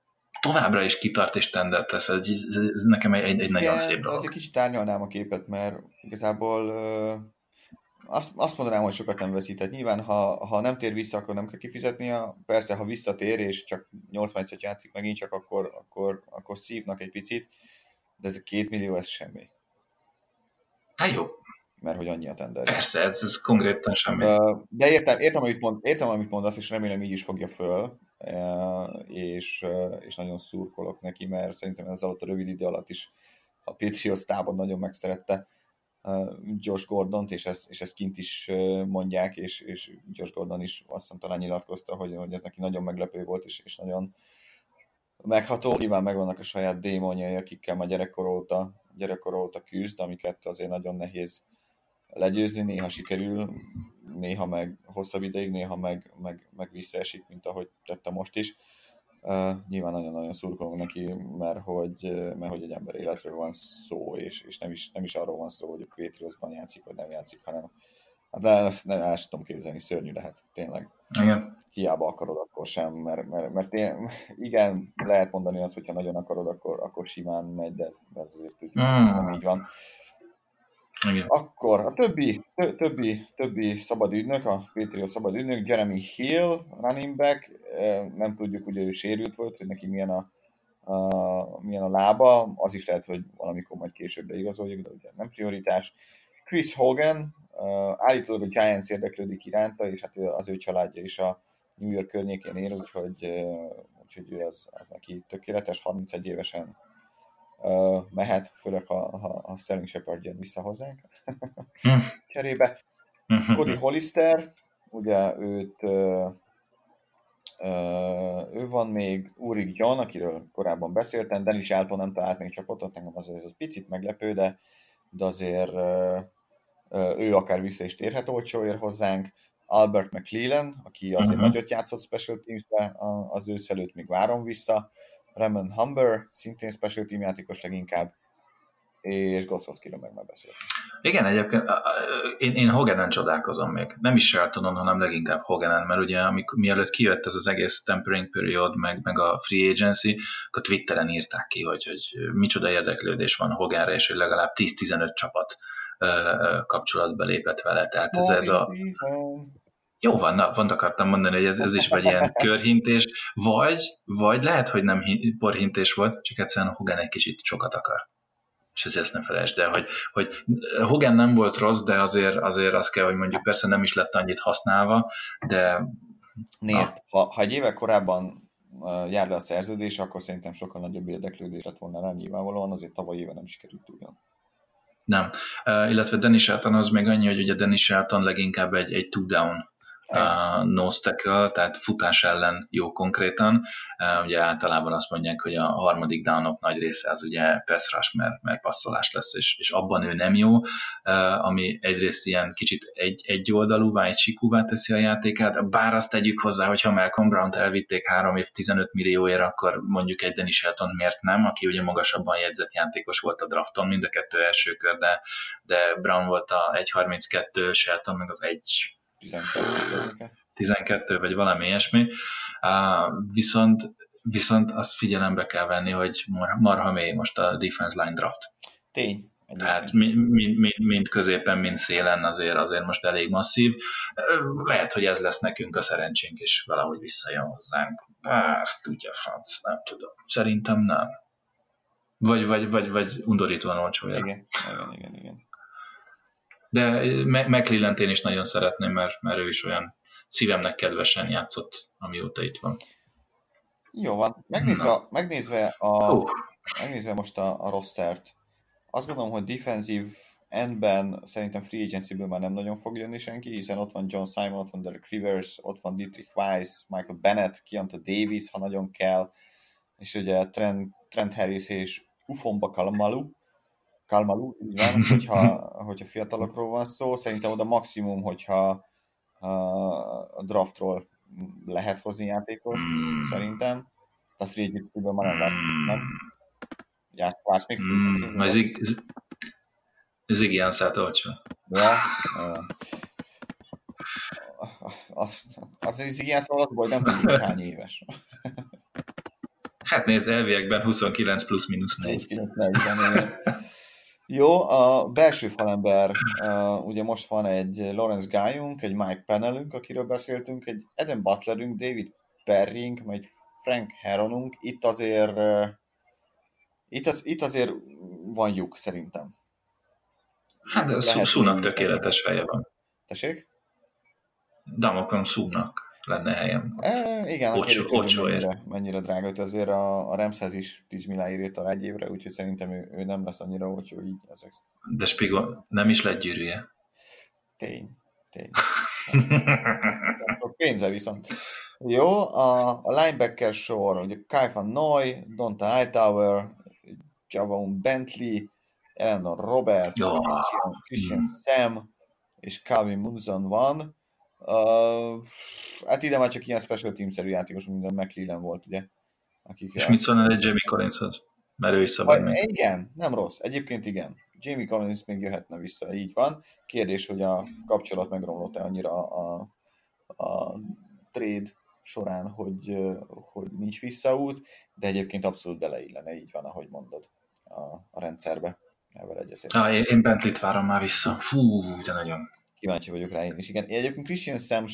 továbbra is kitart és tendert tesz. Ez nekem egy nagyon szép dolog. Azért kicsit árnyalnám a képet, mert igazából azt mondanám, hogy sokat nem veszített. Nyilván, ha nem tér vissza, akkor nem kell kifizetnia. Persze, ha visszatér, és csak 8 meccset játszik megint csak, akkor szívnak egy picit. De ez a 2 millió, ez semmi. Hát jó. Mert hogy annyi a tender. Persze, ez konkrétan semmi. De értem, amit mondasz, és remélem így is fogja föl, és nagyon szurkolok neki, mert szerintem ez alatt a rövid idő alatt is a Patriots tábor nagyon megszerette Josh Gordont, és ezt kint is mondják, és Josh Gordon is azt hiszem talán nyilatkozta, hogy ez neki nagyon meglepő volt, és nagyon megható. Nyilván megvannak a saját démonjai, akikkel már gyerekkor óta küzd, amiket azért nagyon nehéz legyőzni, néha sikerül, néha meg hosszabb ideig, néha meg visszaesik, mint ahogy tette most is. Nyilván nagyon-nagyon szurkolunk neki, mert hogy egy ember életről van szó, és nem is arról van szó, hogy a Patriotsban játszik, vagy nem játszik, hanem hát el sem tudom képzelni, szörnyű lehet, tényleg. Igen. Hiába akarod, akkor sem, mert igen, lehet mondani azt, hogyha nagyon akarod, akkor simán megy, de ez azért tudjuk, nem így van. Igen. Akkor a többi szabad ügynök, a Patriot szabad ügynök, Jeremy Hill, running back, nem tudjuk, ugye ő sérült volt, hogy neki milyen a lába, az is lehet, hogy valamikor majd később beigazoljuk, de ugye nem prioritás. Chris Hogan, állítólag a Giants érdeklődik iránta, és hát az ő családja is a New York környékén él, úgyhogy ő az neki tökéletes, 31 évesen mehet, főleg ha Sterling Shepard jön vissza hozzánk cserébe. Cody Hollister, ugye ő van még, Ulrich John, akiről korábban beszéltem, Dennis Shelton nem talált még csapatot, engem azért ez picit meglepő, de azért ő akár vissza is térhet olcsóért hozzánk. Albert McClellan, aki azért nagyot játszott Special Teams-be az ősz előtt, még várom vissza. Ramon Humber, szintén special team játékos leginkább, és Gottschalkiről meg már beszéltem. Igen, egyébként én Hoganen csodálkozom még. Nem is Sheltonon, hanem leginkább Hoganen, mert ugye mielőtt kijött ez az egész tempering period, meg a free agency, akkor Twitteren írták ki, hogy micsoda érdeklődés van Hoganre, és hogy legalább 10-15 csapat kapcsolatba lépett vele. Tehát ez a... Jó van, pont akartam mondani, hogy ez is vagy ilyen körhintés, vagy lehet, hogy nem porhintés volt, csak egyszerűen Hogan egy kicsit sokat akar. És ezt ne felejtsd el, hogy Hogan nem volt rossz, de azért azt kell, hogy mondjuk persze nem is lett annyit használva, de... Nézd, ha egy évvel korábban jár le a szerződés, akkor szerintem sokkal nagyobb érdeklődés lett volna rá, nyilvánvalóan, azért tavaly éve nem sikerült ugyan. Nem. Illetve Dennis Shelton az még annyi, hogy ugye Dennis Shelton leginkább egy two-down nose tackle, tehát futás ellen jó konkrétan. Ugye általában azt mondják, hogy a harmadik downok nagy része az ugye pass rush, mert passzolás lesz, és abban ő nem jó, ami egyrészt ilyen kicsit egyoldalúvá, egy sikúvá teszi a játékát, bár azt tegyük hozzá, hogyha Malcolm Brown-t elvitték 3 év 15 millióért, akkor mondjuk egy Dennis Shelton miért nem, aki ugye magasabban jegyzett játékos volt a drafton, mind a 2 első kör, de Brown volt a 1.32, Shelton meg az 12 vagy valami ilyesmi. Viszont azt figyelembe kell venni, hogy marha mély most a defense line draft. Tény. Tehát mind középen, mind szélen azért most elég masszív. Lehet, hogy ez lesz nekünk a szerencsénk, és valahogy visszajön hozzánk. Azt tudja, franc, nem tudom. Szerintem nem. Vagy undorítóan olcsója. Igen. De McClellant én is nagyon szeretném, mert ő is olyan szívemnek kedvesen játszott, amióta itt van. Jó van. Megnézve most a rostert, azt gondolom, hogy defensive endben szerintem free agency-ből már nem nagyon fog jönni senki, hiszen ott van John Simon, ott van Derek Rivers, ott van Dietrich Weiss, Michael Bennett, Keonta Davis, ha nagyon kell, és ugye Trent Harris és Ufomba Kalmalu, így van, hogyha fiatalokról van szó. Szerintem oda maximum, hogyha a draftról lehet hozni játékot, szerintem. A free agency-ből már nem lehet, nem? Vársz még free agency-ből? Ez igen szállt olcsó. Ja. Az igen szól, az baj, nem tudjuk, hogy hány éves. Hát nézd, elviekben 29 plusz-minusz 4. 29-40, Jó, a belső falember, ugye most van egy Lawrence Guyunk, egy Mike Pennellünk, akiről beszéltünk, egy Eden Butlerünk, David Perrink, egy Frank Heronunk. Itt azért van lyuk, szerintem. Hát a Szúnak tökéletes helye van. Tessék? Damokon Szúnak lenne helyem. Igen, a kérdés, mennyire drága, hogy azért a Ramshez is 10 milliárd írt alá egy évre, úgyhogy szerintem ő nem lesz annyira olcsó így. De Spigol nem is lett gyűrűje. Tény. Sok pénze viszont. Jó, a linebacker sor, ugye Kai Van Noy, Donta Hightower, Javon Bentley, Eleanor Roberts, Christian Sam és Calvin Munson van. Hát ide már csak ilyen special team-szerű játékos, mint a McLellan volt, ugye? És mit szólnál egy Jamie Collinshoz? Mert ő is szabad meg. Igen, nem rossz. Egyébként igen. Jamie Collins még jöhetne vissza, így van. Kérdés, hogy a kapcsolat megromlott-e annyira a trade során, hogy nincs visszaút, de egyébként abszolút beleillene, így van, ahogy mondod, a rendszerbe. Én Bentley-t várom már vissza. Fú, de nagyon. Kíváncsi vagyok rá én is, igen. Én egyébként Christian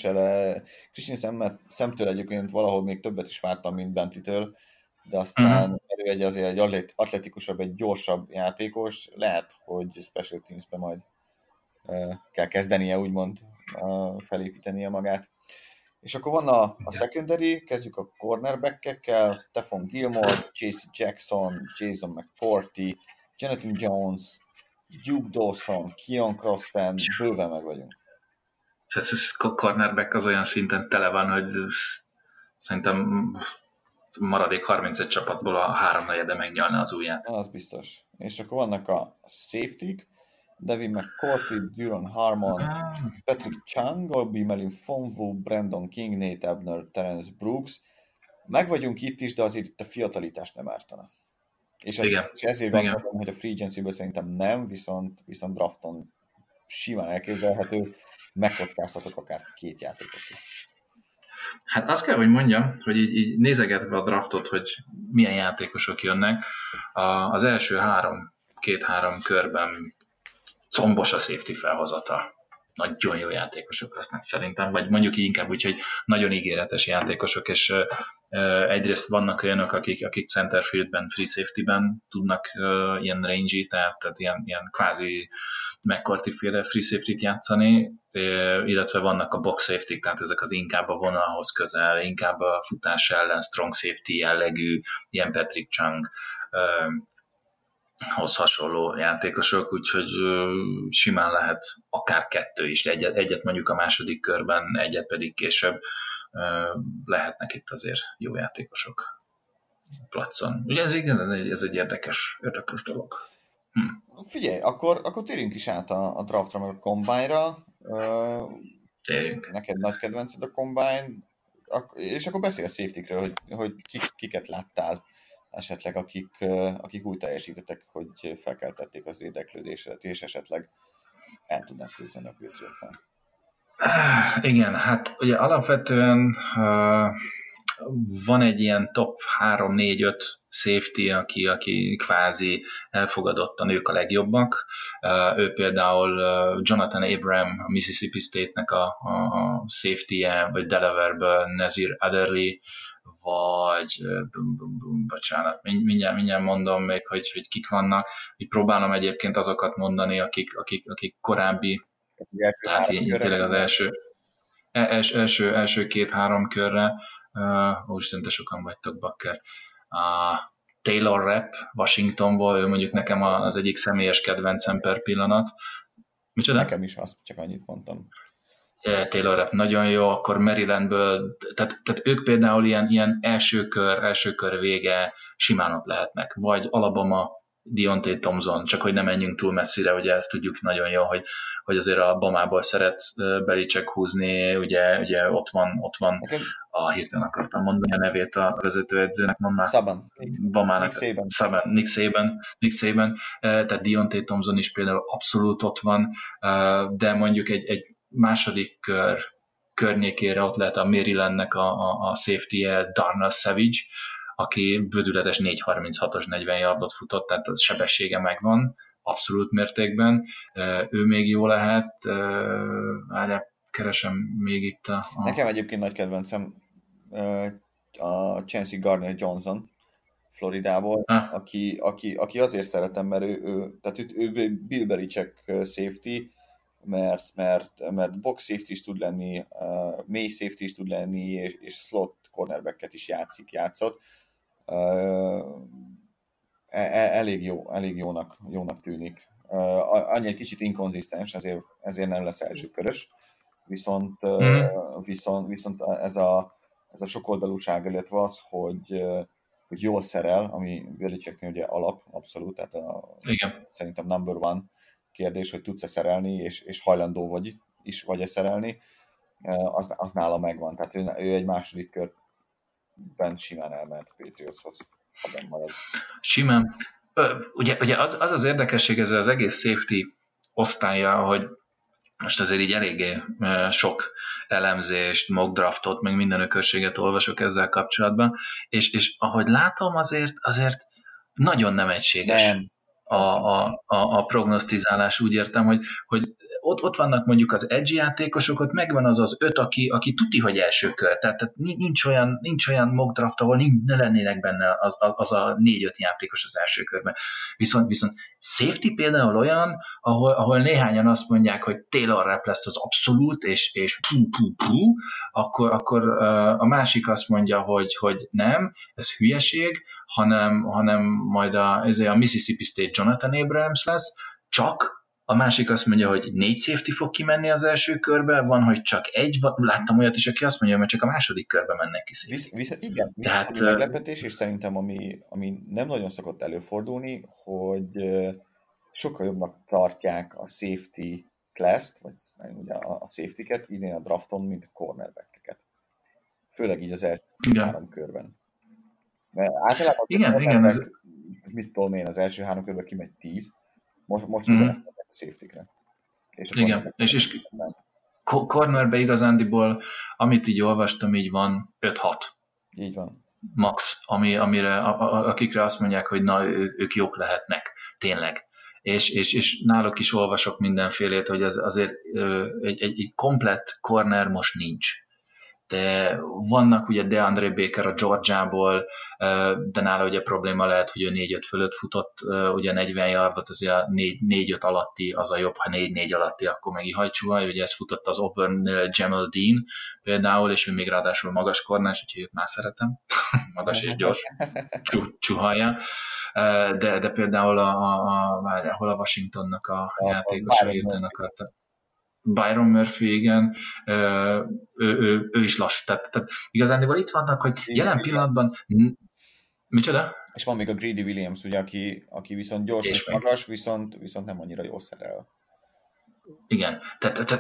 Samtől egyébként valahol még többet is vártam, mint Bentley-től, de aztán ő azért egy atletikusabb, egy gyorsabb játékos, lehet, hogy Special Teams-be majd kell kezdenie, úgymond felépítenie magát. És akkor van a secondary, kezdjük a cornerback-ekkel, Stephon Gilmore, J.C. Jackson, Jason McCourty, Jonathan Jones, Duke Dawson, Keon Crossland, bőven meg vagyunk. Tehát a cornerback az olyan szinten tele van, hogy szerintem maradék 31 csapatból a 3/4 megnyalna az ujját. Az biztos. És akkor vannak a safety-k, Devin McCourty, Duron Harmon, Patrick Chung, Obi Melin Fonvu, Brandon King, Nate Ebner, Terence Brooks. Meg vagyunk itt is, de azért itt a fiatalitás nem ártana. És ezért van mondom, hogy a free agency-ből szerintem nem, viszont drafton simán elképzelhető, megkockáztatok akár 2 játékot. Hát azt kell, hogy mondjam, hogy így nézegetve a draftot, hogy milyen játékosok jönnek, az első 2-3 körben combos a safety felhozata. Nagyon jó játékosok lesznek szerintem, vagy mondjuk inkább úgy, hogy nagyon ígéretes játékosok, és egyrészt vannak olyanok, akik centerfieldben, free safety-ben tudnak ilyen range-i, tehát ilyen kvázi McCarthy-féle free safety-t játszani, illetve vannak a box safety, tehát ezek az inkább a vonalhoz közel, inkább a futás ellen strong safety jellegű, ilyen Patrick Chung hoz hasonló játékosok, úgyhogy simán lehet akár 2 is, egyet mondjuk a második körben, egyet pedig később, lehetnek itt azért jó játékosok placon. Ugye ez egy érdekes dolog. Figyelj, akkor térjünk is át a draftra, meg a combine-ra. Térjünk. Neked nagy kedvenced a combine, és akkor beszélj a safety-kről, hogy kiket láttál esetleg, akik úgy teljesítettek, hogy felkeltették az érdeklődésre, és esetleg el tudnak küzdeni a Patriots-en. Igen, hát ugye alapvetően van egy ilyen top 3-4-5 safety, aki kvázi elfogadottan ők a legjobbak. Ő például Jonathan Abram, a Mississippi State-nek a safety-je, vagy Delaware-ből Nazir Adderley, vagy bocsánat, mindjárt mondom még, hogy kik vannak. Így próbálom egyébként azokat mondani, akik korábbi, tehát tényleg az első 2-3 körre, úristen, te sokan vagytok, Bakker. Taylor Rapp Washingtonból, ő mondjuk nekem az egyik személyes kedvencem per pillanat. Micsoda? Nekem is, azt csak annyit mondtam. Taylor Rapp nagyon jó, akkor Marylandből, tehát ők például ilyen első kör vége simán ott lehetnek, vagy Alabama, Deontay Thompson, csak hogy ne menjünk túl messzire, ugye ezt tudjuk nagyon jó, hogy azért a Bamából szeret Belichick húzni, ugye ott van hirtelen akartam mondani a nevét a vezetőedzőnek, mondd már. Bamának. Nick Saban, tehát Deontay Thompson is például abszolút ott van, de mondjuk egy második környékére ott lehet a Marylandnek a safety-je, Darnell Savage, aki bődületes 4.36-os 40 yardot futott, tehát a sebessége megvan, abszolút mértékben. Ő még jó lehet, keresem még itt a... Nekem egyébként nagy kedvencem a Chauncey Gardner-Johnson Floridából, aki azért szeretem, mert ő Bill Belichick safety, mert box safety is tud lenni, mély safety is tud lenni, és slot cornerbacket is játszott. Elég jónak tűnik. Annyi egy kicsit inkonzisztens, ezért nem lesz elsőkörös. Viszont ez a sokoldalúság, illetve az, hogy jól szerel, ami Belichicknél ugye alap, abszolút, tehát szerintem number one kérdés, hogy tudsz-e szerelni, és hajlandó vagy-e szerelni, az nála megvan. Tehát ő egy második körben simán elment Patriotshoz, ha nem marad. Simán. Ugye az érdekesség ezzel az egész safety osztálya, hogy most azért így eléggé sok elemzést, mock draftot, meg minden ökörséget olvasok ezzel kapcsolatban, és ahogy látom, azért nagyon nem egységes a prognosztizálás. Úgy értem, hogy ott vannak mondjuk az edge játékosok, ott megvan az 5, aki tuti, hogy első kör. Tehát nincs olyan mock draft, ahol ne lennének benne az a 4-5 játékos az első körben. Viszont safety például olyan, ahol néhányan azt mondják, hogy Taylor Rapp lesz az abszolút, és akkor a másik azt mondja, hogy nem, ez hülyeség, hanem majd a Mississippi State Jonathan Abrams lesz, csak a másik azt mondja, hogy 4 safety fog kimenni az első körbe, van, hogy csak egy, láttam olyat is, aki azt mondja, hogy csak a második körbe mennek ki safety. Igen, tehát meglepetés, és szerintem ami nem nagyon szokott előfordulni, hogy sokkal jobbnak tartják a safety class-t, vagy ugye a safety-ket idén a drafton, mint a cornerback-eket. Főleg így az első 3 körben. Mert általában igen. Mit tudom én, az első 3 körben kimegy 10, most ugyanezt a safety-kre. Igen, és cornerbe igazándiból, amit így olvastam, így van 5-6. Így van. Max, akikre azt mondják, hogy na, ők jók lehetnek, tényleg. És náluk is olvasok mindenfélét, hogy azért egy komplett corner most nincs. De vannak ugye DeAndre Baker a Georgiából, de nála ugye probléma lehet, hogy ő 4-5 fölött futott, ugye 40 yardot, azért a 4-5 alatti az a jobb, ha 4-4 alatti, akkor meg ihajcsúhaj, ugye ez futott az Auburn Jamal Dean például, és ő még ráadásul magas kornás, úgyhogy őt már szeretem, magas és gyors, csuhajja. De például hol a Washingtonnak a játékosa írtanak a Byron Murphy, igen, ő is lassú. Tehát igazándiból itt vannak, hogy jelen pillanatban... Micsoda? És van még a Greedy Williams, ugye, aki viszont gyors és magas, viszont nem annyira jól szerel. Igen, tehát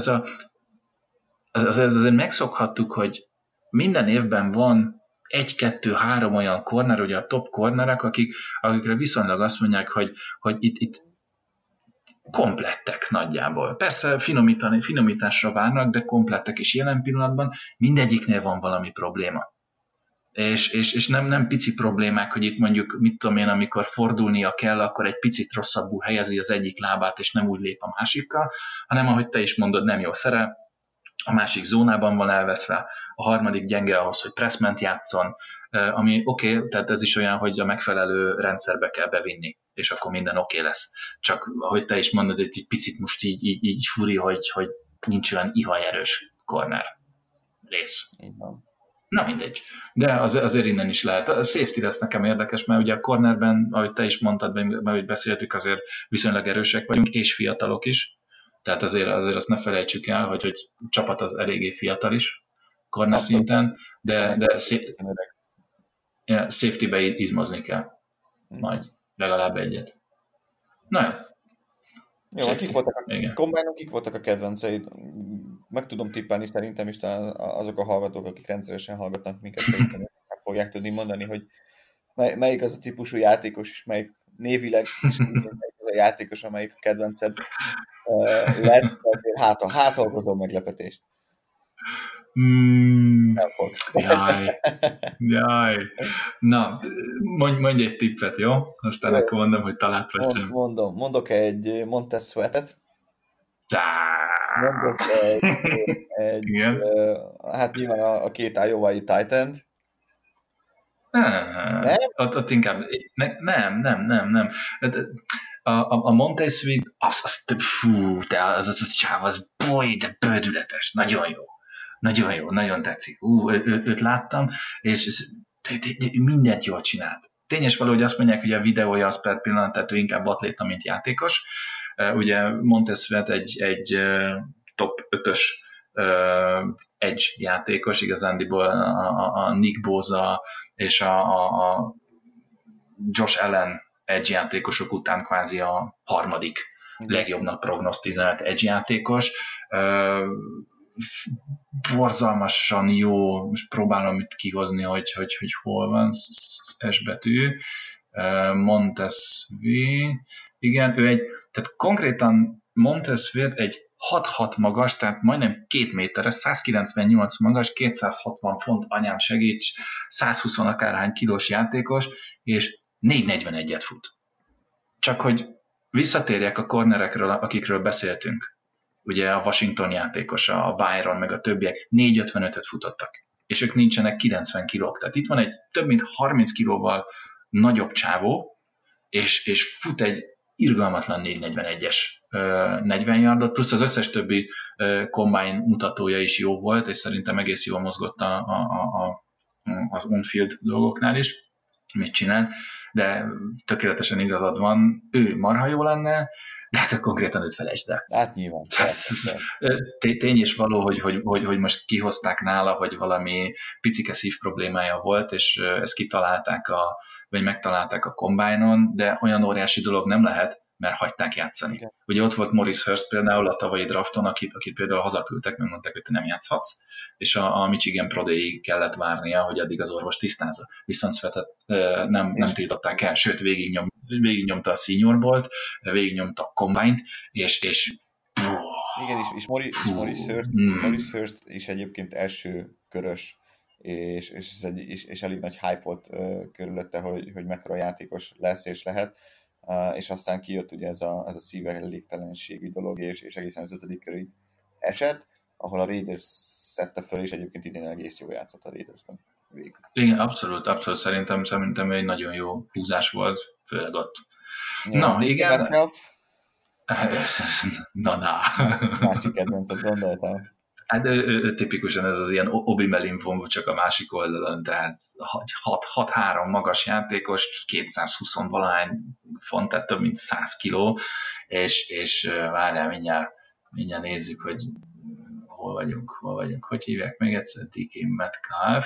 azért megszokhattuk, hogy minden évben van 1-2-3 olyan corner, ugye a top cornerek, akikre viszonylag azt mondják, hogy itt komplettek nagyjából. Persze finomításra várnak, de komplettek, és jelen pillanatban mindegyiknél van valami probléma. És nem pici problémák, hogy itt mondjuk, mit tudom én, amikor fordulnia kell, akkor egy picit rosszabbul helyezi az egyik lábát, és nem úgy lép a másikkal, hanem ahogy te is mondod, nem jó szerel, a másik zónában van elveszve, a harmadik gyenge ahhoz, hogy pressment játszon, ami oké, tehát ez is olyan, hogy a megfelelő rendszerbe kell bevinni, és akkor minden oké lesz. Csak, ahogy te is mondod, hogy egy picit most így furi, hogy nincs olyan ihajerős corner rész. Na mindegy. De azért innen is lehet. A safety lesz nekem érdekes, mert ugye a cornerben, ahogy te is mondtad, mert ahogy beszéltük, azért viszonylag erősek vagyunk, és fiatalok is. Tehát azért azt ne felejtsük el, hogy a csapat az eléggé fiatal is corner szinten, de safety-be izmozni kell. Majd legalább egyet. Na jó, kik voltak a kedvenceid? Meg tudom tippelni szerintem is, azok a hallgatók, akik rendszeresen hallgatnak minket, szerintem meg fogják tudni mondani, hogy melyik az a típusú játékos, és melyik névileg, és melyik az a játékos, amelyik a kedvenced lett, azért háthalkozó meglepetést. Jaj. Na, mondj egy tippet, jó? Aztán akkor mondom, hogy talált vagy sem. Mondok egy Montez Sweatet. Mondok egy hát nyilván a két Iowa-i Titan-t. Nem? Ott inkább... Nem. A Montez Sweat, az bődületes, nagyon jó. Nagyon tetszik. Őt láttam, és mindent jól csinált. Tényes való, hogy azt mondják, hogy a videója az per pillanat, tehát ő inkább atléta, mint játékos. Ugye Montez Sweat egy top 5-ös edge játékos, igazándiból a Nick Bosa és a Josh Allen edge játékosok után kvázi a harmadik legjobbnak prognosztizált edge játékos. Borzalmasan jó, most próbálom itt kihozni, hogy hol van S betű. Montez Sweat. Igen, tehát konkrétan Montez Sweat egy 6'6 magas, tehát majdnem 2 méteres, 198 magas, 260 font, anyám segíts, 120 akárhány kilós játékos, és 4.41-et fut. Csak hogy visszatérjek a cornerekről, akikről beszéltünk. Ugye a Washington játékosa, a Byron, meg a többiek 4.55-öt futottak, és ők nincsenek 90 kilók. Tehát itt van egy több mint 30 kilóval nagyobb csávó, és fut egy irgalmatlan 4.41-es 40 yardot, plusz az összes többi combine mutatója is jó volt, és szerintem egész jól mozgott az on-field dolgoknál is, mit csinál, de tökéletesen igazad van, ő marha jó lenne, de hát konkrétan őt felejtsd el. Hát nyilván. Tény is való, hogy most kihozták nála, hogy valami picike szív problémája volt, és ezt vagy megtalálták a combine-on, de olyan óriási dolog nem lehet, mert hagyták játszani. Okay. Ugye ott volt Morris Hurst például a tavalyi drafton, akit például hazaküldtek, megmondták, hogy te nem játszhatsz, és a Michigan Pro Day-ig kellett várnia, hogy addig az orvos tisztázza. Viszont Sweatet nem tiltották el, sőt végignyomta a Senior Bowl-t, végignyomta a Combine-t, és igen, és Morris Hurst is egyébként első körös, és elég nagy hype volt körülötte, hogy mekkora játékos lesz és lehet. És aztán kijött ugye ez a szívelégtelenségi dolog, és egészen az 5. körig esett, ahol a Raiders szedte föl, és egyébként idén egész jól játszott a Raidersben. Igen, abszolút, szerintem egy nagyon jó húzás volt, főleg ott. Ja, na, igen. Na. Másik kedvencet gondoltam. Hát ő tipikusan ez az ilyen Obi Melinfon, csak a másik oldalon, tehát 6'3 magas játékos, 220 valahány font, tehát több mint 100 kiló, és várjál, mindjárt nézzük, hogy hol vagyunk, hogy hívják még egyszer, DK Metcalf.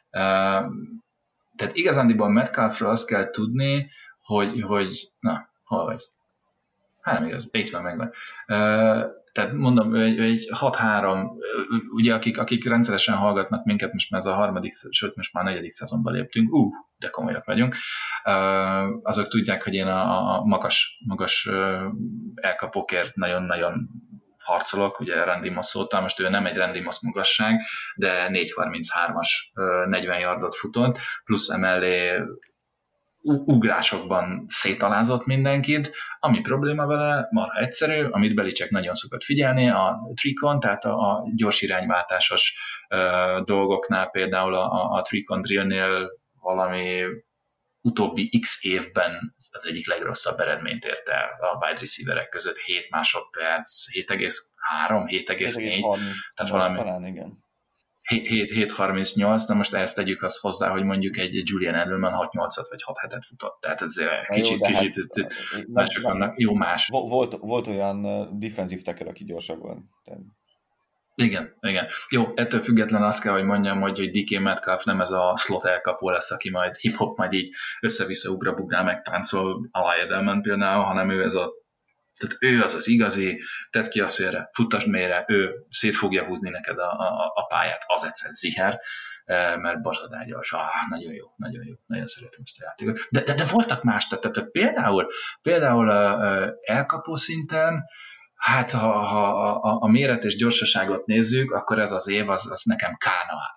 Tehát igazándiból Metcalfról azt kell tudni, hogy na, hol vagy? Hát nem igaz, itt van, megvan. Tehát mondom, egy 6-3, ugye akik rendszeresen hallgatnak minket, most már ez a harmadik, sőt most már 4. szezonban léptünk, de komolyak vagyunk, azok tudják, hogy én a magas elkapókért nagyon-nagyon harcolok, ugye Randy Moss óta, most ő nem egy Randy Moss magasság, de 4.33-as 40 yardot futott, plusz emellé ugrásokban szétalázott mindenkit, ami probléma vele, marha egyszerű, amit Belichick nagyon szokott figyelni, a three-con, tehát a gyors irányváltásos dolgoknál, például a three-con drillnél valami utóbbi x évben az egyik legrosszabb eredményt érte a wide receiverek között, 7 másodperc, 7,3, 7,4, tehát valami... Talán, igen. 7.38, de most ezt tegyük azt hozzá, hogy mondjuk egy Julian Edelman 6.8-at vagy 6.7-et futott. Tehát ez kicsit mások vannak. Jó, más. Volt olyan defensive tackle, aki gyorsabb volt. Igen. Jó, ettől független azt kell, hogy mondjam, hogy DK Metcalf nem ez a slot elkapó lesz, aki majd hip-hop majd így össze-vissza ugra-bugrál, megtáncol a Edelman például, hanem tehát ő az igazi, tedd ki a szélre, futtasd mélyre, ő szét fogja húzni neked a pályát, az egyszer ziher, mert barzadán gyors. Nagyon jó, nagyon szeretem ezt a játékot. De voltak más, tehát például elkapó szinten, Hát, ha a méret és gyorsaságot nézzük, akkor ez az év, az nekem Kána.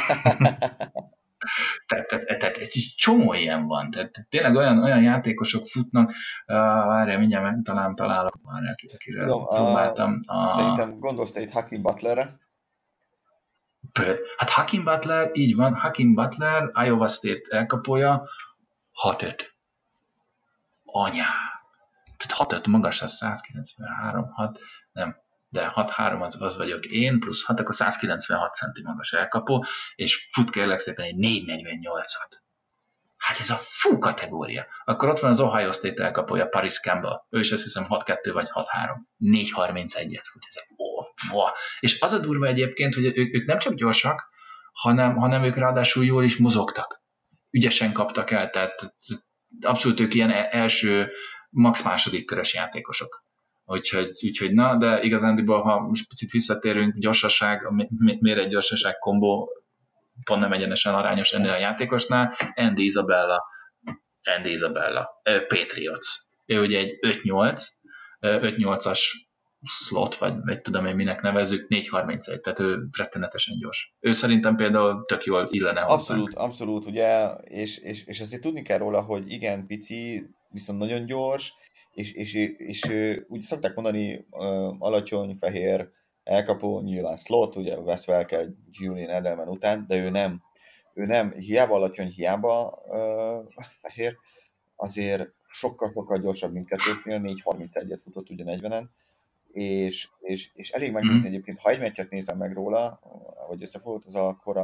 Tehát egy csomó ilyen van. Tehát tényleg olyan játékosok futnak, várjál, mindjárt találok, akire próbáltam. Szerintem gondolsz te itt Hakeem Butlerre? Hát Hakeem Butler, így van, Hakeem Butler, Iowa State elkapója, 6-5. Anyá! Tehát 6-5 magas, az 193, 6, nem, de 6-3 az vagyok én, plusz 6, akkor 196 centi magas elkapó, és fut kérlek szépen egy 448-at. Hát ez a fú kategória. Akkor ott van az Ohio State elkapója, Paris Campbell. Ő is azt hiszem 6-2 vagy 6-3. 4-31-et fut. És az a durva egyébként, hogy ők nem csak gyorsak, hanem ők ráadásul jól is mozogtak. Ügyesen kaptak el, tehát abszolút ők ilyen első, max második körös játékosok. Úgyhogy na, de igazándiból, ha most picit visszatérünk, gyorsaság, a méret gyorsaság kombó pont nem egyenesen arányos ennél a játékosnál. Andy Isabella, Patriots. Ő ugye egy 5-8-as slot, vagy tudom én minek nevezzük, 4-31, tehát ő rettenetesen gyors. Ő szerintem például tök jól illene hozzánk. Abszolút, ugye, és azért tudni kell róla, hogy igen, pici, viszont nagyon gyors, és úgy szokták mondani, alacsony, fehér, elkapó, nyilván slot, ugye Wes Welker, Julian Edelman után, de ő nem, hiába alacsony, hiába fehér, azért sokkal gyorsabb, mint kettőknél, 4.31-et futott ugye 40-en, és elég megnézni egyébként, ha egy meccset nézem meg róla, vagy összefogott, az akkor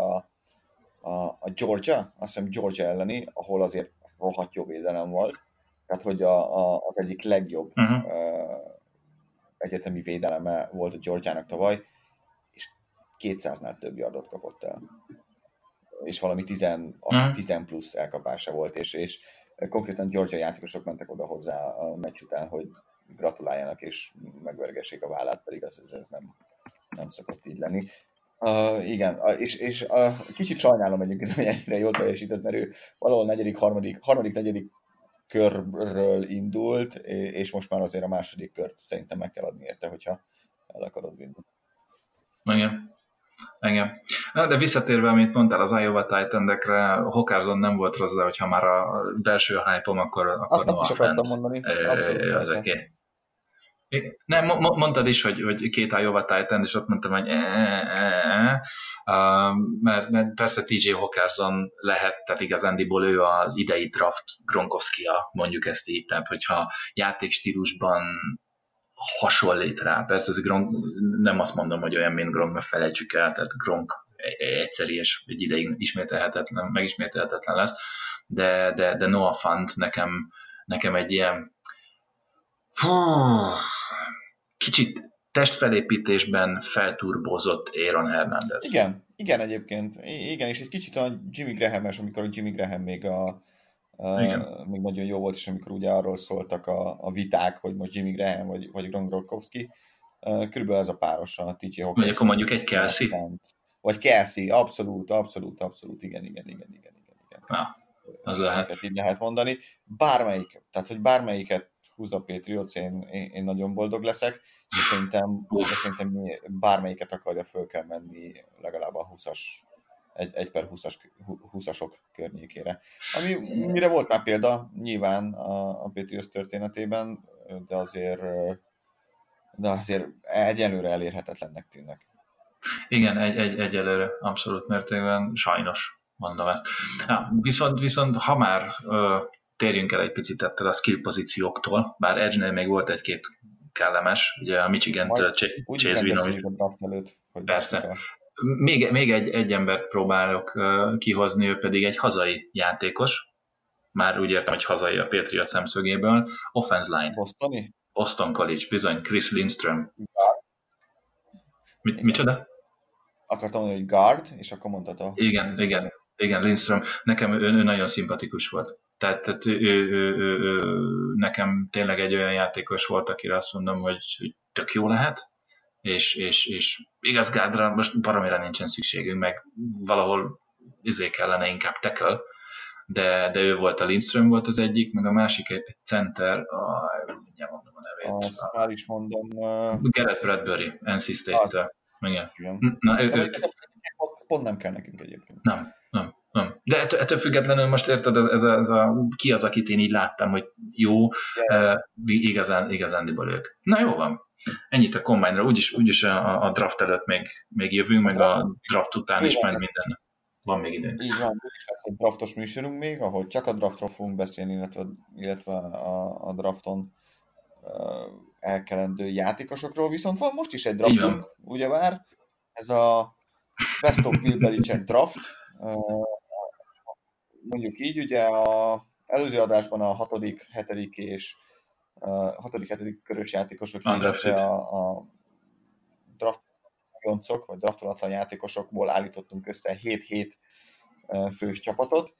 a Georgia, azt hiszem Georgia elleni, ahol azért rohadt jó védelem volt, tehát hogy az egyik legjobb egyetemi védeleme volt a Georgiának tavaly, és 200-nál több yardot kapott el. És valami 10 plusz elkapása volt, és konkrétan Georgia játékosok mentek oda hozzá a meccs után, hogy gratuláljanak és megvergessék a vállát, pedig ez nem szokott így lenni. Igen, és kicsit sajnálom egyébként, hogy ennyire jól teljesített, mert ő valahol harmadik-negyedik körről indult, és most már azért a második kört szerintem meg kell adni érte, hogyha el akarod vinni. Igen. Na, de visszatérve, amit mondtál az Iowa Titan-ekre, Hawkinson nem volt hozzá, hogyha már a belső hype-om, akkor azt is akartam mondani. Abszolút. Nem, mondtad is, hogy két Iowa Titan, és ott mondtam, hogy mert persze TJ Hawkinson lehet, tehát igazándiból ő az idei draft Gronkowski-a, mondjuk ezt így, tehát hogyha játékstílusban hasonlít rá, persze ez Gronk, nem azt mondom, hogy olyan, mint Gronk, mert felejtsük el, tehát Gronk egyszerű és egy ideig megismételhetetlen lesz, de Noah Fant nekem egy ilyen kicsit testfelépítésben felturbozott Aaron Hernandez. Igen egyébként. Igen, és egy kicsit a Jimmy Graham-es, amikor a Jimmy Graham még még nagyon jó volt, és amikor ugye arról szóltak a viták, hogy most Jimmy Graham vagy Gronkowski, körülbelül ez a páros a TJ Hawkinson. Vagy akkor mondjuk egy Kelsey. Vagy Kelsey, abszolút, igen. Na, az lehet. Így lehet mondani. Tehát, hogy bármelyiket húzza a Patriots, én nagyon boldog leszek, de szerintem bármelyiket akarja, föl kell menni legalább a 20-as, 1/20-asok környékére. Mire volt már példa, nyilván a Patriots történetében, de azért egyelőre elérhetetlennek tűnnek. Igen, egyelőre abszolút mértékben, sajnos mondom ezt. Viszont ha már térjünk el egy picit ettől a skill pozícióktól, bár Edge-nél még volt egy-két kellemes, ugye a Michigan-től Chase Winovich. Persze. Még egy embert próbálok kihozni, ő pedig egy hazai játékos, már úgy értem, hogy hazai a Patriot szemszögéből, offense line. Boston College, bizony, Chris Lindstrom. Micsoda? Akartam mondani, hogy guard, és akkor mondtad a... Igen, Lindstrom. Nekem ő nagyon szimpatikus volt. Tehát ő nekem tényleg egy olyan játékos volt, akire azt mondom, hogy tök jó lehet, és igaz gárdra most baromira nincsen szükségünk, meg valahol kellene inkább tackle, de ő volt, a Lindström volt az egyik, meg a másik egy center, mindjárt mondom a nevét. Azt már is mondom. Garrett Bradbury, NC State-től. Igen. Na, pont nem kell nekünk egyébként. Nem. De ettől függetlenül most érted, ki az, akit én így láttam, hogy jó, igazándiból ők. Na jó van. Ennyit a Combine-ra, úgyis a draft előtt még jövünk, meg a draft után is majd minden. Van még idő. Így van, úgyis lesz egy draftos műsorunk még, ahol csak a draftról fogunk beszélni, illetve a drafton elkelendő játékosokról, viszont van most is egy draftunk, ugyebár, ez a Best of Bill Belichick draft, mondjuk így, ugye az előző adásban a 6., 7. és 6., 7. körös játékosok, illetve a draft joncok, vagy draftolatlan játékosokból állítottunk össze 7 fős csapatot,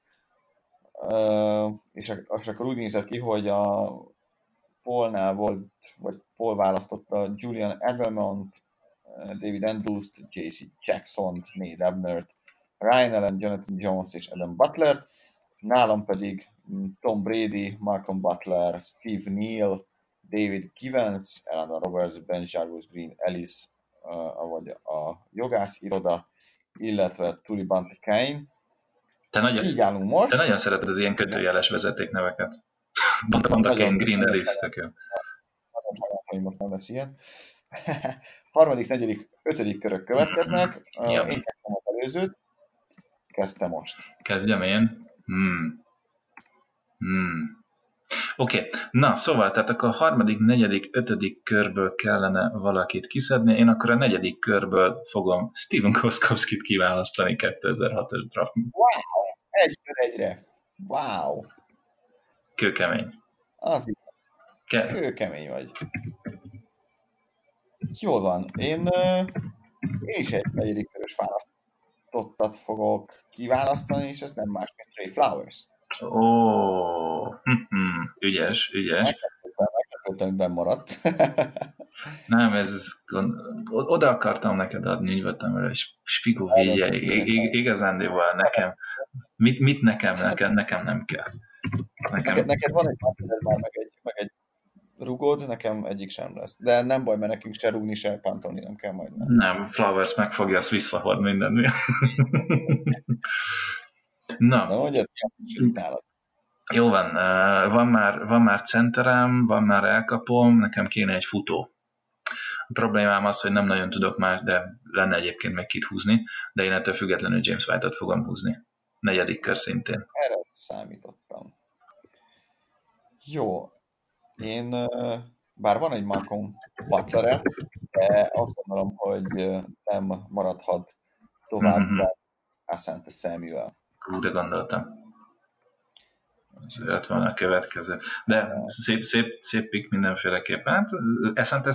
és akkor úgy nézett ki, hogy a Paulnál volt, vagy Paul választotta Julian Edelmont, David Andrews-t, J.C. Jackson-t, Nate Ebnert, Ryan Allen, Jonathan Jones és Adam Butler, nálam pedig Tom Brady, Malcolm Butler, Steve Neal, David Givens, Alan Roberts, Ben Jarvis, Green Ellis, vagy a jogász iroda, illetve Tuli Bante Kane. Így állunk most. Te nagyon szereted az ilyen kötőjeles vezetékneveket. Bante Kane, Green Ellis, tök jó. Nagyon sajnálom, hogy most nem lesz ilyen. 3., 4., 5. körök következnek. Én kezdtem az előzőt. Kezdtem most. Kezdjem én? Oké. Na, szóval, tehát akkor a 3., 4., 5. körből kellene valakit kiszedni. Én akkor a 4. körből fogom Steven Gostkowskit kiválasztani 2006-os draft. Wow! 1-1-re. Wow! Kőkemény. Az így. Kőkemény vagy. Jól van. Én is egy 4. körös választottat fogok kiválasztani, és ez nem más, mint Trey Flowers. Ügyes. Meglepődtem, benn maradt. Nem, oda akartam neked adni, úgy voltam vele, és Spigó vigye, igazándiból nekem, mit nekem nem kell. Neked van egy pantolid már, meg egy rugód, nekem egyik sem lesz. De nem baj, mert nekünk se rúgni, se pantolni nem kell majd. Nem, Flowers meg fogja ezt visszahord mindennél. Na, hogy ez ilyen nálad? Jó van, van már centerem, van már elkapom, nekem kéne egy futó. A problémám az, hogy nem nagyon tudok más, de lenne egyébként meg kit húzni, de én ettől függetlenül James White-ot fogom húzni. 4. kör szintén. Erre számítottam. Jó. Én, bár van egy Malcolm Butler-em, de azt gondolom, hogy nem maradhat tovább Asante Samuel. De gondoltam. Ez van a következő. De szép pick mindenféleképpen. Hát, Asante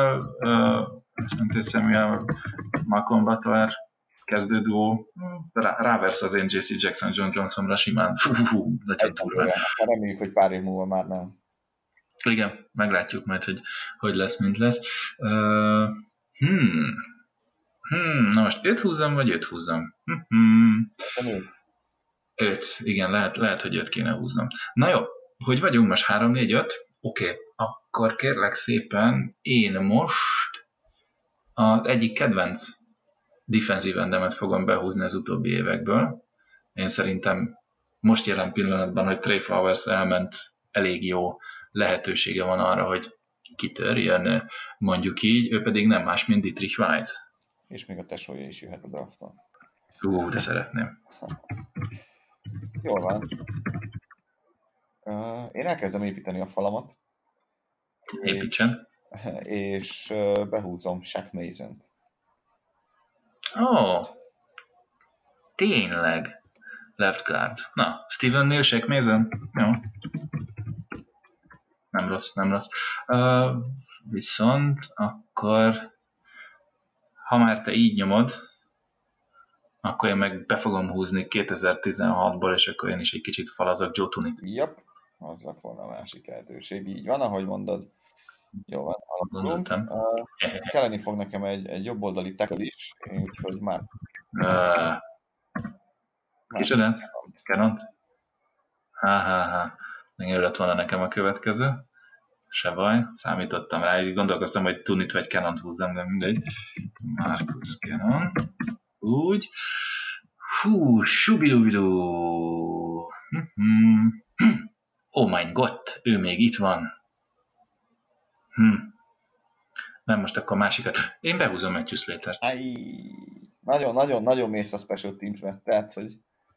Samuel, Malcolm Butler, kezdőduó, ráversz az én J.C. Jackson, John Johnsonra simán. Nagyon durva. Reméljük, hogy pár év múlva már nem. Igen, meglátjuk majd, hogy lesz, mint lesz. Na most 5 húzzam, vagy 5 húzzam? 5, igen, lehet, hogy 5 kéne húznom. Na jó, hogy vagyunk most 3, 4, 5? Oké, akkor kérlek szépen, én most az egyik kedvenc defensív endemet fogom behúzni az utóbbi évekből. Én szerintem most jelen pillanatban, hogy Trey Flowers elment, elég jó lehetősége van arra, hogy kitörjön, mondjuk így, ő pedig nem más, mint Dietrich Weiss. És még a tesója is jöhet a drafton. De szeretném. Jól van. Én elkezdem építeni a falamat. Építsen. És behúzom Shaq Mason-t. Tényleg. Left guard. Na, Steven Neal, Shaq Mason. Jó. Nem rossz. Viszont akkor, ha már te így nyomod, akkor én meg be fogom húzni 2016-ból, és akkor én is egy kicsit falazok Joe Tunik. Yep, az lett volna a másik lehetőség. Így van, ahogy mondod. Jó van, alakulunk. Kelleni fog nekem egy jobboldali tackle is, úgyhogy már... Kicsoda? Canont? Még lett volna nekem a következő. Se baj, számítottam rá, így gondolkoztam, hogy Tunit vagy Canont húzzam, de mindegy. Marcus Cannon. Úgy. Subidubidú. Oh my god, ő még itt van. Nem, most akkor másikat. Én behúzom Matthew Slater. Nagyon mész a special teamsbe, tehát, hogy...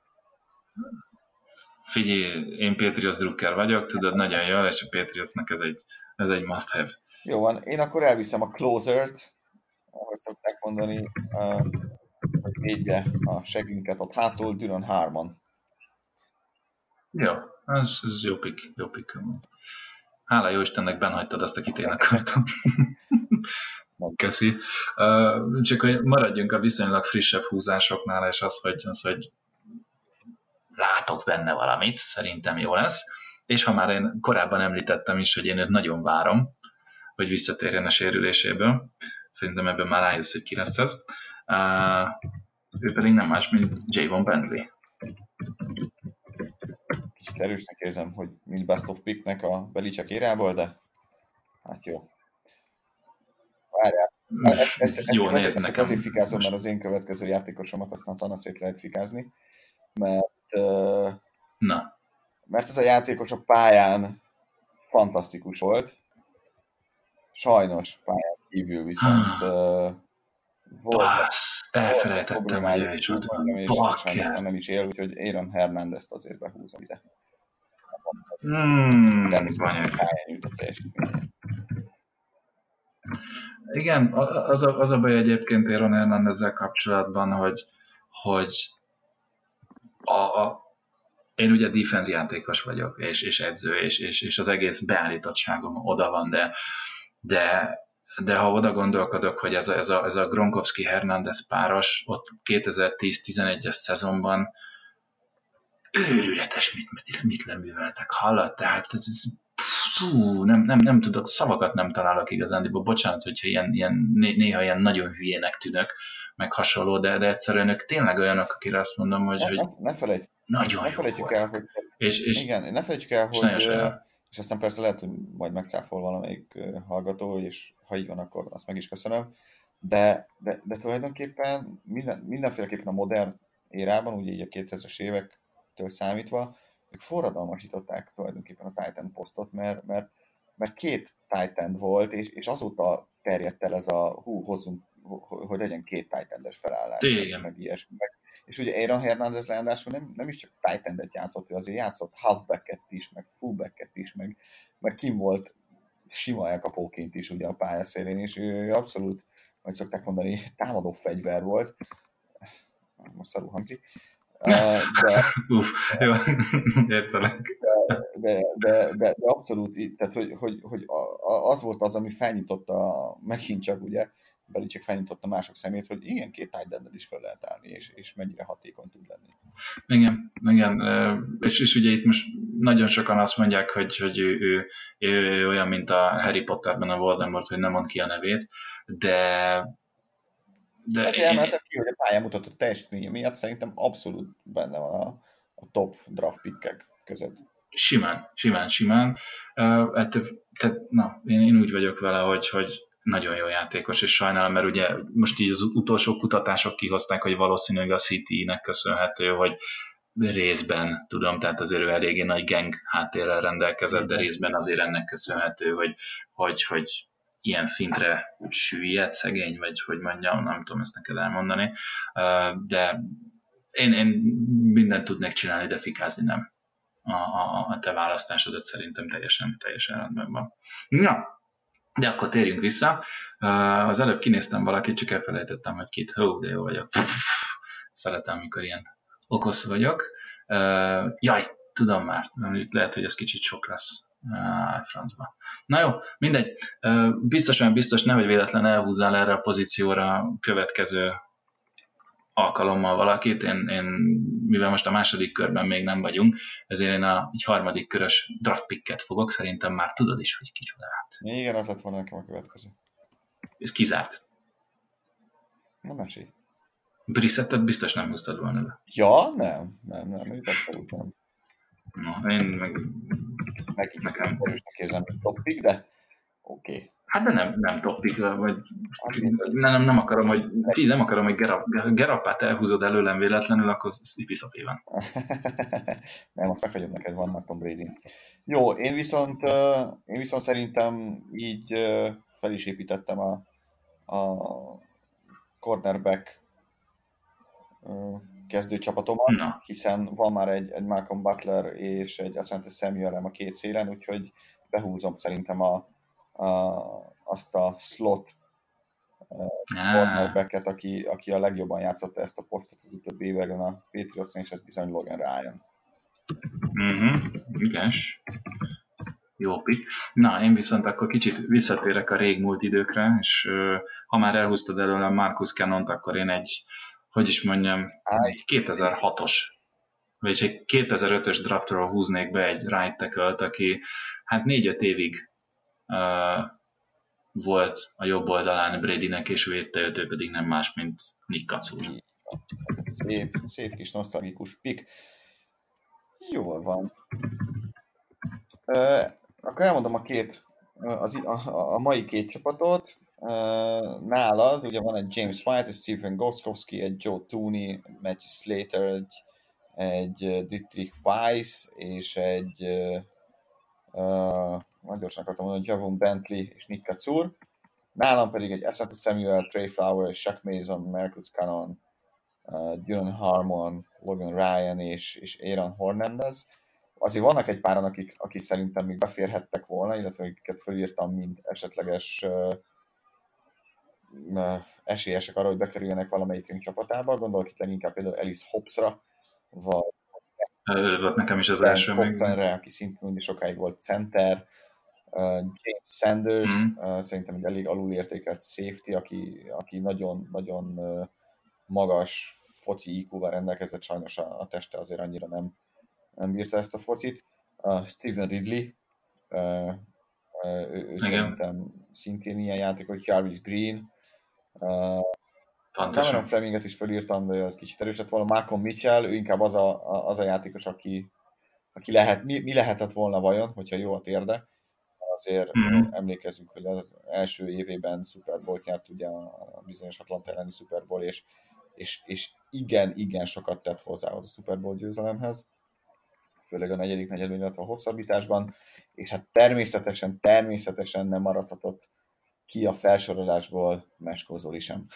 Figyelj, én Patriots drukker vagyok, tudod, nagyon jól, és a Patriotsnak ez egy must have. Jó van, én akkor elviszem a closer-t, ahogy szokták mondani, hogy védje a segünket ott hátul, Duron Harmon. Jó, ez jó pick. Hála jó Istennek bennhagytad azt, akit én akartam. Köszi. Csak hogy maradjunk a viszonylag frissebb húzásoknál, és az, hogy látok benne valamit, szerintem jó lesz. És ha már én korábban említettem is, hogy én őt nagyon várom, hogy visszatérjen a sérüléséből. Szerintem ebben már rájössz, hogy ki lesz ez. Ő pedig nem más, mint Javon Bentley. Kicsit erősnek érzem, hogy mint best of picknek a Belichick érából, de hát jó. Várjál. Jó, nézd nekem. Azért fikázom, mert az én következő játékosomat aztán szanaszét lehet fikázni, mert ez a játékos a pályán fantasztikus volt. Sajnos pályán kívül viszont elfelejtettem, hogy ő is ott van. És sajnos nem is él, úgyhogy Aaron Hernandez-t azért behúzom ide. Természetesen pályán nyújtott teljesítmény. Igen, az a baj egyébként Aaron Hernandezzel kapcsolatban, hogy én ugye defense játékos vagyok, és edző, és az egész beállítottságom oda van, de ha oda gondolkodok, hogy ez a Gronkowski-Hernandez páros, ott 2010-11-es szezonban őrületes mit leműveltek, hallott? Tehát nem tudok, szavakat nem találok igazándiból, bocsánat, hogyha néha ilyen nagyon hülyének tűnök, meg hasonló, de egyszerűen ők tényleg olyanok, akire azt mondom, hogy ne felejtjük el, hogy igen, ne felejtjük el, hogy és aztán persze lehet, hogy majd megcáfol valamelyik hallgató, és ha így van, akkor azt meg is köszönöm, de tulajdonképpen mindenféleképpen a modern érában, ugye így a 2000-es évektől számítva, ők forradalmasították tulajdonképpen a tight end posztot, mert két tight end volt, és azóta terjedt el ez a hogy legyen két tight endes felállás, meg ilyesmi. És ugye Aaron Hernandez leándásul nem is csak tight endet játszott, ő azért játszott halfbacket is, meg fullbacket is, meg kim volt sima elkapóként is ugye a pályaszélén, és ő abszolút, hogy szokták mondani, támadó fegyver volt. Most szarul hangzik. De abszolút, tehát hogy az volt az, ami felnyitotta, megint csak ugye, Belichick felnyitotta mások szemét, hogy igen, két tight enddel is fel lehet állni, és mennyire hatékony tud lenni. Igen. És ugye itt most nagyon sokan azt mondják, hogy ő olyan, mint a Harry Potterben a Voldemort, hogy nem mond ki a nevét, de emeltem ki, hogy a pályán mutatott teljesítménye miatt szerintem abszolút benne van a top draft pickek között. Simán. Én úgy vagyok vele, hogy nagyon jó játékos, és sajnálom, mert ugye most így az utolsó kutatások kihozták, hogy valószínűleg a City-nek köszönhető, hogy részben, tudom, tehát azért ő eléggé nagy gang háttérrel rendelkezett, de részben azért ennek köszönhető, hogy ilyen szintre süllyed szegény, vagy hogy mondjam, nem tudom ezt neked elmondani, de én mindent tudnék csinálni, de fikázni nem. A te választásodat szerintem teljesen rendben van. Na, de akkor térjünk vissza. Az előbb kinéztem valakit, csak elfelejtettem, hogy kit. De jó vagyok. Szeretem, amikor ilyen okos vagyok. Jaj, tudom már, lehet, hogy ez kicsit sok lesz. Francba. Na jó, mindegy. Biztos, nehogy véletlen elhúzzál erre a pozícióra következő alkalommal valakit. Én mivel most a második körben még nem vagyunk, ezért én egy harmadik körös draft picket fogok. Szerintem már tudod is, hogy kicsoda át. Igen, az lett volna nekem a következő. Ez kizárt. Nem mesélj. Brissettet biztos nem húztad volna le. Ja, nem. No, én meg nekem erősnek érzem, hogy top pick, de oké. Hát de nem top pick, vagy nem akarom, hogy Gerappát elhúzod előlem véletlenül, akkor szipi-szapi van. Nem, azt meghagyom neked, van már Tom Brady. Jó, én viszont szerintem így fel is építettem a cornerback kezdőcsapatomat, hiszen van már egy Malcolm Butler és egy Asante Samuel a két szélen, úgyhogy behúzom szerintem azt a slot cornerbacket, aki a legjobban játszotta ezt a posztot az utóbbi években a Patriots-en, és ez bizony Logan Ryan. Ügyes. Jó pick. Na, én viszont akkor kicsit visszatérek a régmúlt időkre, és ha már elhúztad előlem Marcus Cannont, akkor én egy 2006-os, vagy egy 2005-ös draftról húznék be egy right tackle-t, aki hát 4-5 évig volt a jobb oldalán Bradynek, és védte őt, ő pedig nem más, mint Nick Katsur. Szép kis nosztalgikus pick. Jól van. Akkor elmondom a mai két csapatot. Nálad ugye van egy James White, egy Stephen Gostkowski, egy Joe Thuney, Matthew Slater, egy Dietrich Weiss, és egy nagyon gyorsan akartam mondani, Javon Bentley és Nick Katsur. Nálam pedig egy Asante Samuel, Trey Flowers, Shaq Mason, Marcus Cannon, Dylan Harmon, Logan Ryan és Aaron Hernandez. Azért vannak egy páran, akik szerintem még beférhettek volna, illetve akiket fölírtam, mint esetleges esélyesek arra, hogy bekerüljenek valamelyikünk csapatába. Gondolok itt leginkább például Ellis Hobbsra, vagy nekem is az első Cochranre, aki szintén sokáig volt center, James Sanders, szerintem egy elég alulértékelt safety, aki nagyon magas foci IQ-val rendelkezett, sajnos a teste azért annyira nem bírta ezt a focit. Steven Ridley, ő szerintem szintén ilyen játékos, Jarvis Green, Cameron Fleminget is felírtam, de kicsit erős lett volna. Malcolm Mitchell, ő inkább az a játékos, aki lehet, mi lehetett volna vajon, hogyha jó a térde. Azért emlékezzünk, hogy az első évében Super Bowl-t nyert ugye a bizonyos Atlanta elleni Super Bowl, és igen sokat tett hozzá az a Super Bowl győzelemhez, főleg a negyedik negyedben, illetve a hosszabbításban, és hát természetesen nem maradhatott ki a felsorolásból Meshko Zoli sem.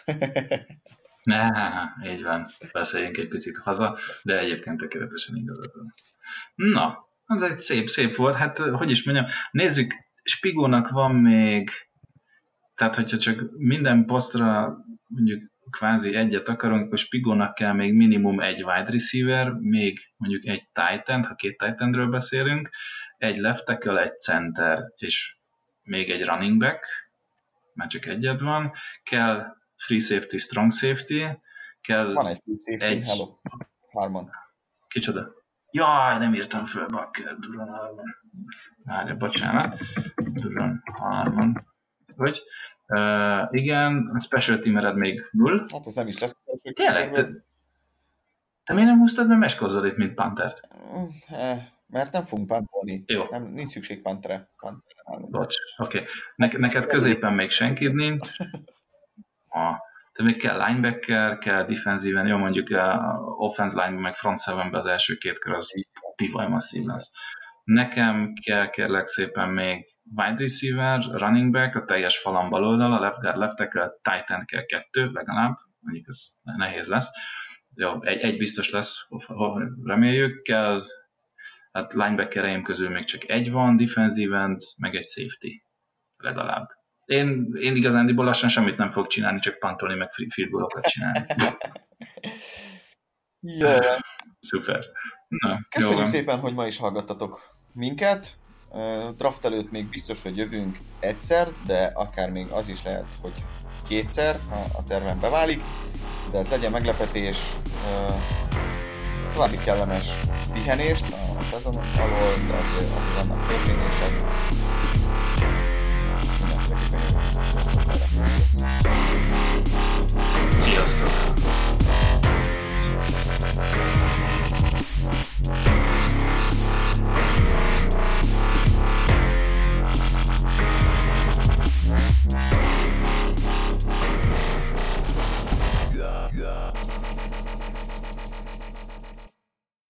Így van, beszéljünk egy picit haza, de egyébként tökéletesen igazad van. Na, ez egy szép volt, hát hogy is mondjam, nézzük, Spigónak van még, tehát hogyha csak minden posztra mondjuk kvázi egyet akarunk, akkor Spigónak kell még minimum egy wide receiver, még mondjuk egy tight end, ha két tight endről beszélünk, egy left tackle, egy center, és még egy running back, már csak egyet van, kell free safety, strong safety, kell van egy free safety, hello, Harmon. Kicsoda? Jaj, nem írtam föl, bakker, Duran Harmon. Várja, bocsánat. Duran Harmon. Hogy? Igen, a special teamered még 0. Hát az nem is lesz. Tényleg? Te miért nem húztad meg Meshko itt, mint Pantert? Mert nem fogunk pantolni. Jó. Nincs szükség pantere. Bocs, oké. Neked középen még senkid nincs. Te még kell linebacker, kell defensíven, jó, mondjuk offense line meg front seven-be az első két kör az pivaj masszív lesz. Nekem kell kérlek szépen még wide receiver, running back, a teljes falam bal oldal, a left guard, left tackle, tight end kell 2 legalább, mondjuk ez nehéz lesz. Jó, egy biztos lesz, reméljük, kell, hát linebackereim közül még csak egy van, defensive end, meg egy safety legalább. Én igazándiból lassan semmit nem fog csinálni, csak pantolni, meg field goalokat csinálni. Jó. Szuper. Na, köszönjük szépen, hogy ma is hallgattatok minket. Draft előtt még biztos, hogy jövünk egyszer, de akár még az is lehet, hogy kétszer a terven beválik, de ez legyen meglepetés. További kellemes pihenést a szezon alól, de azért vannak történések. Sziasztok!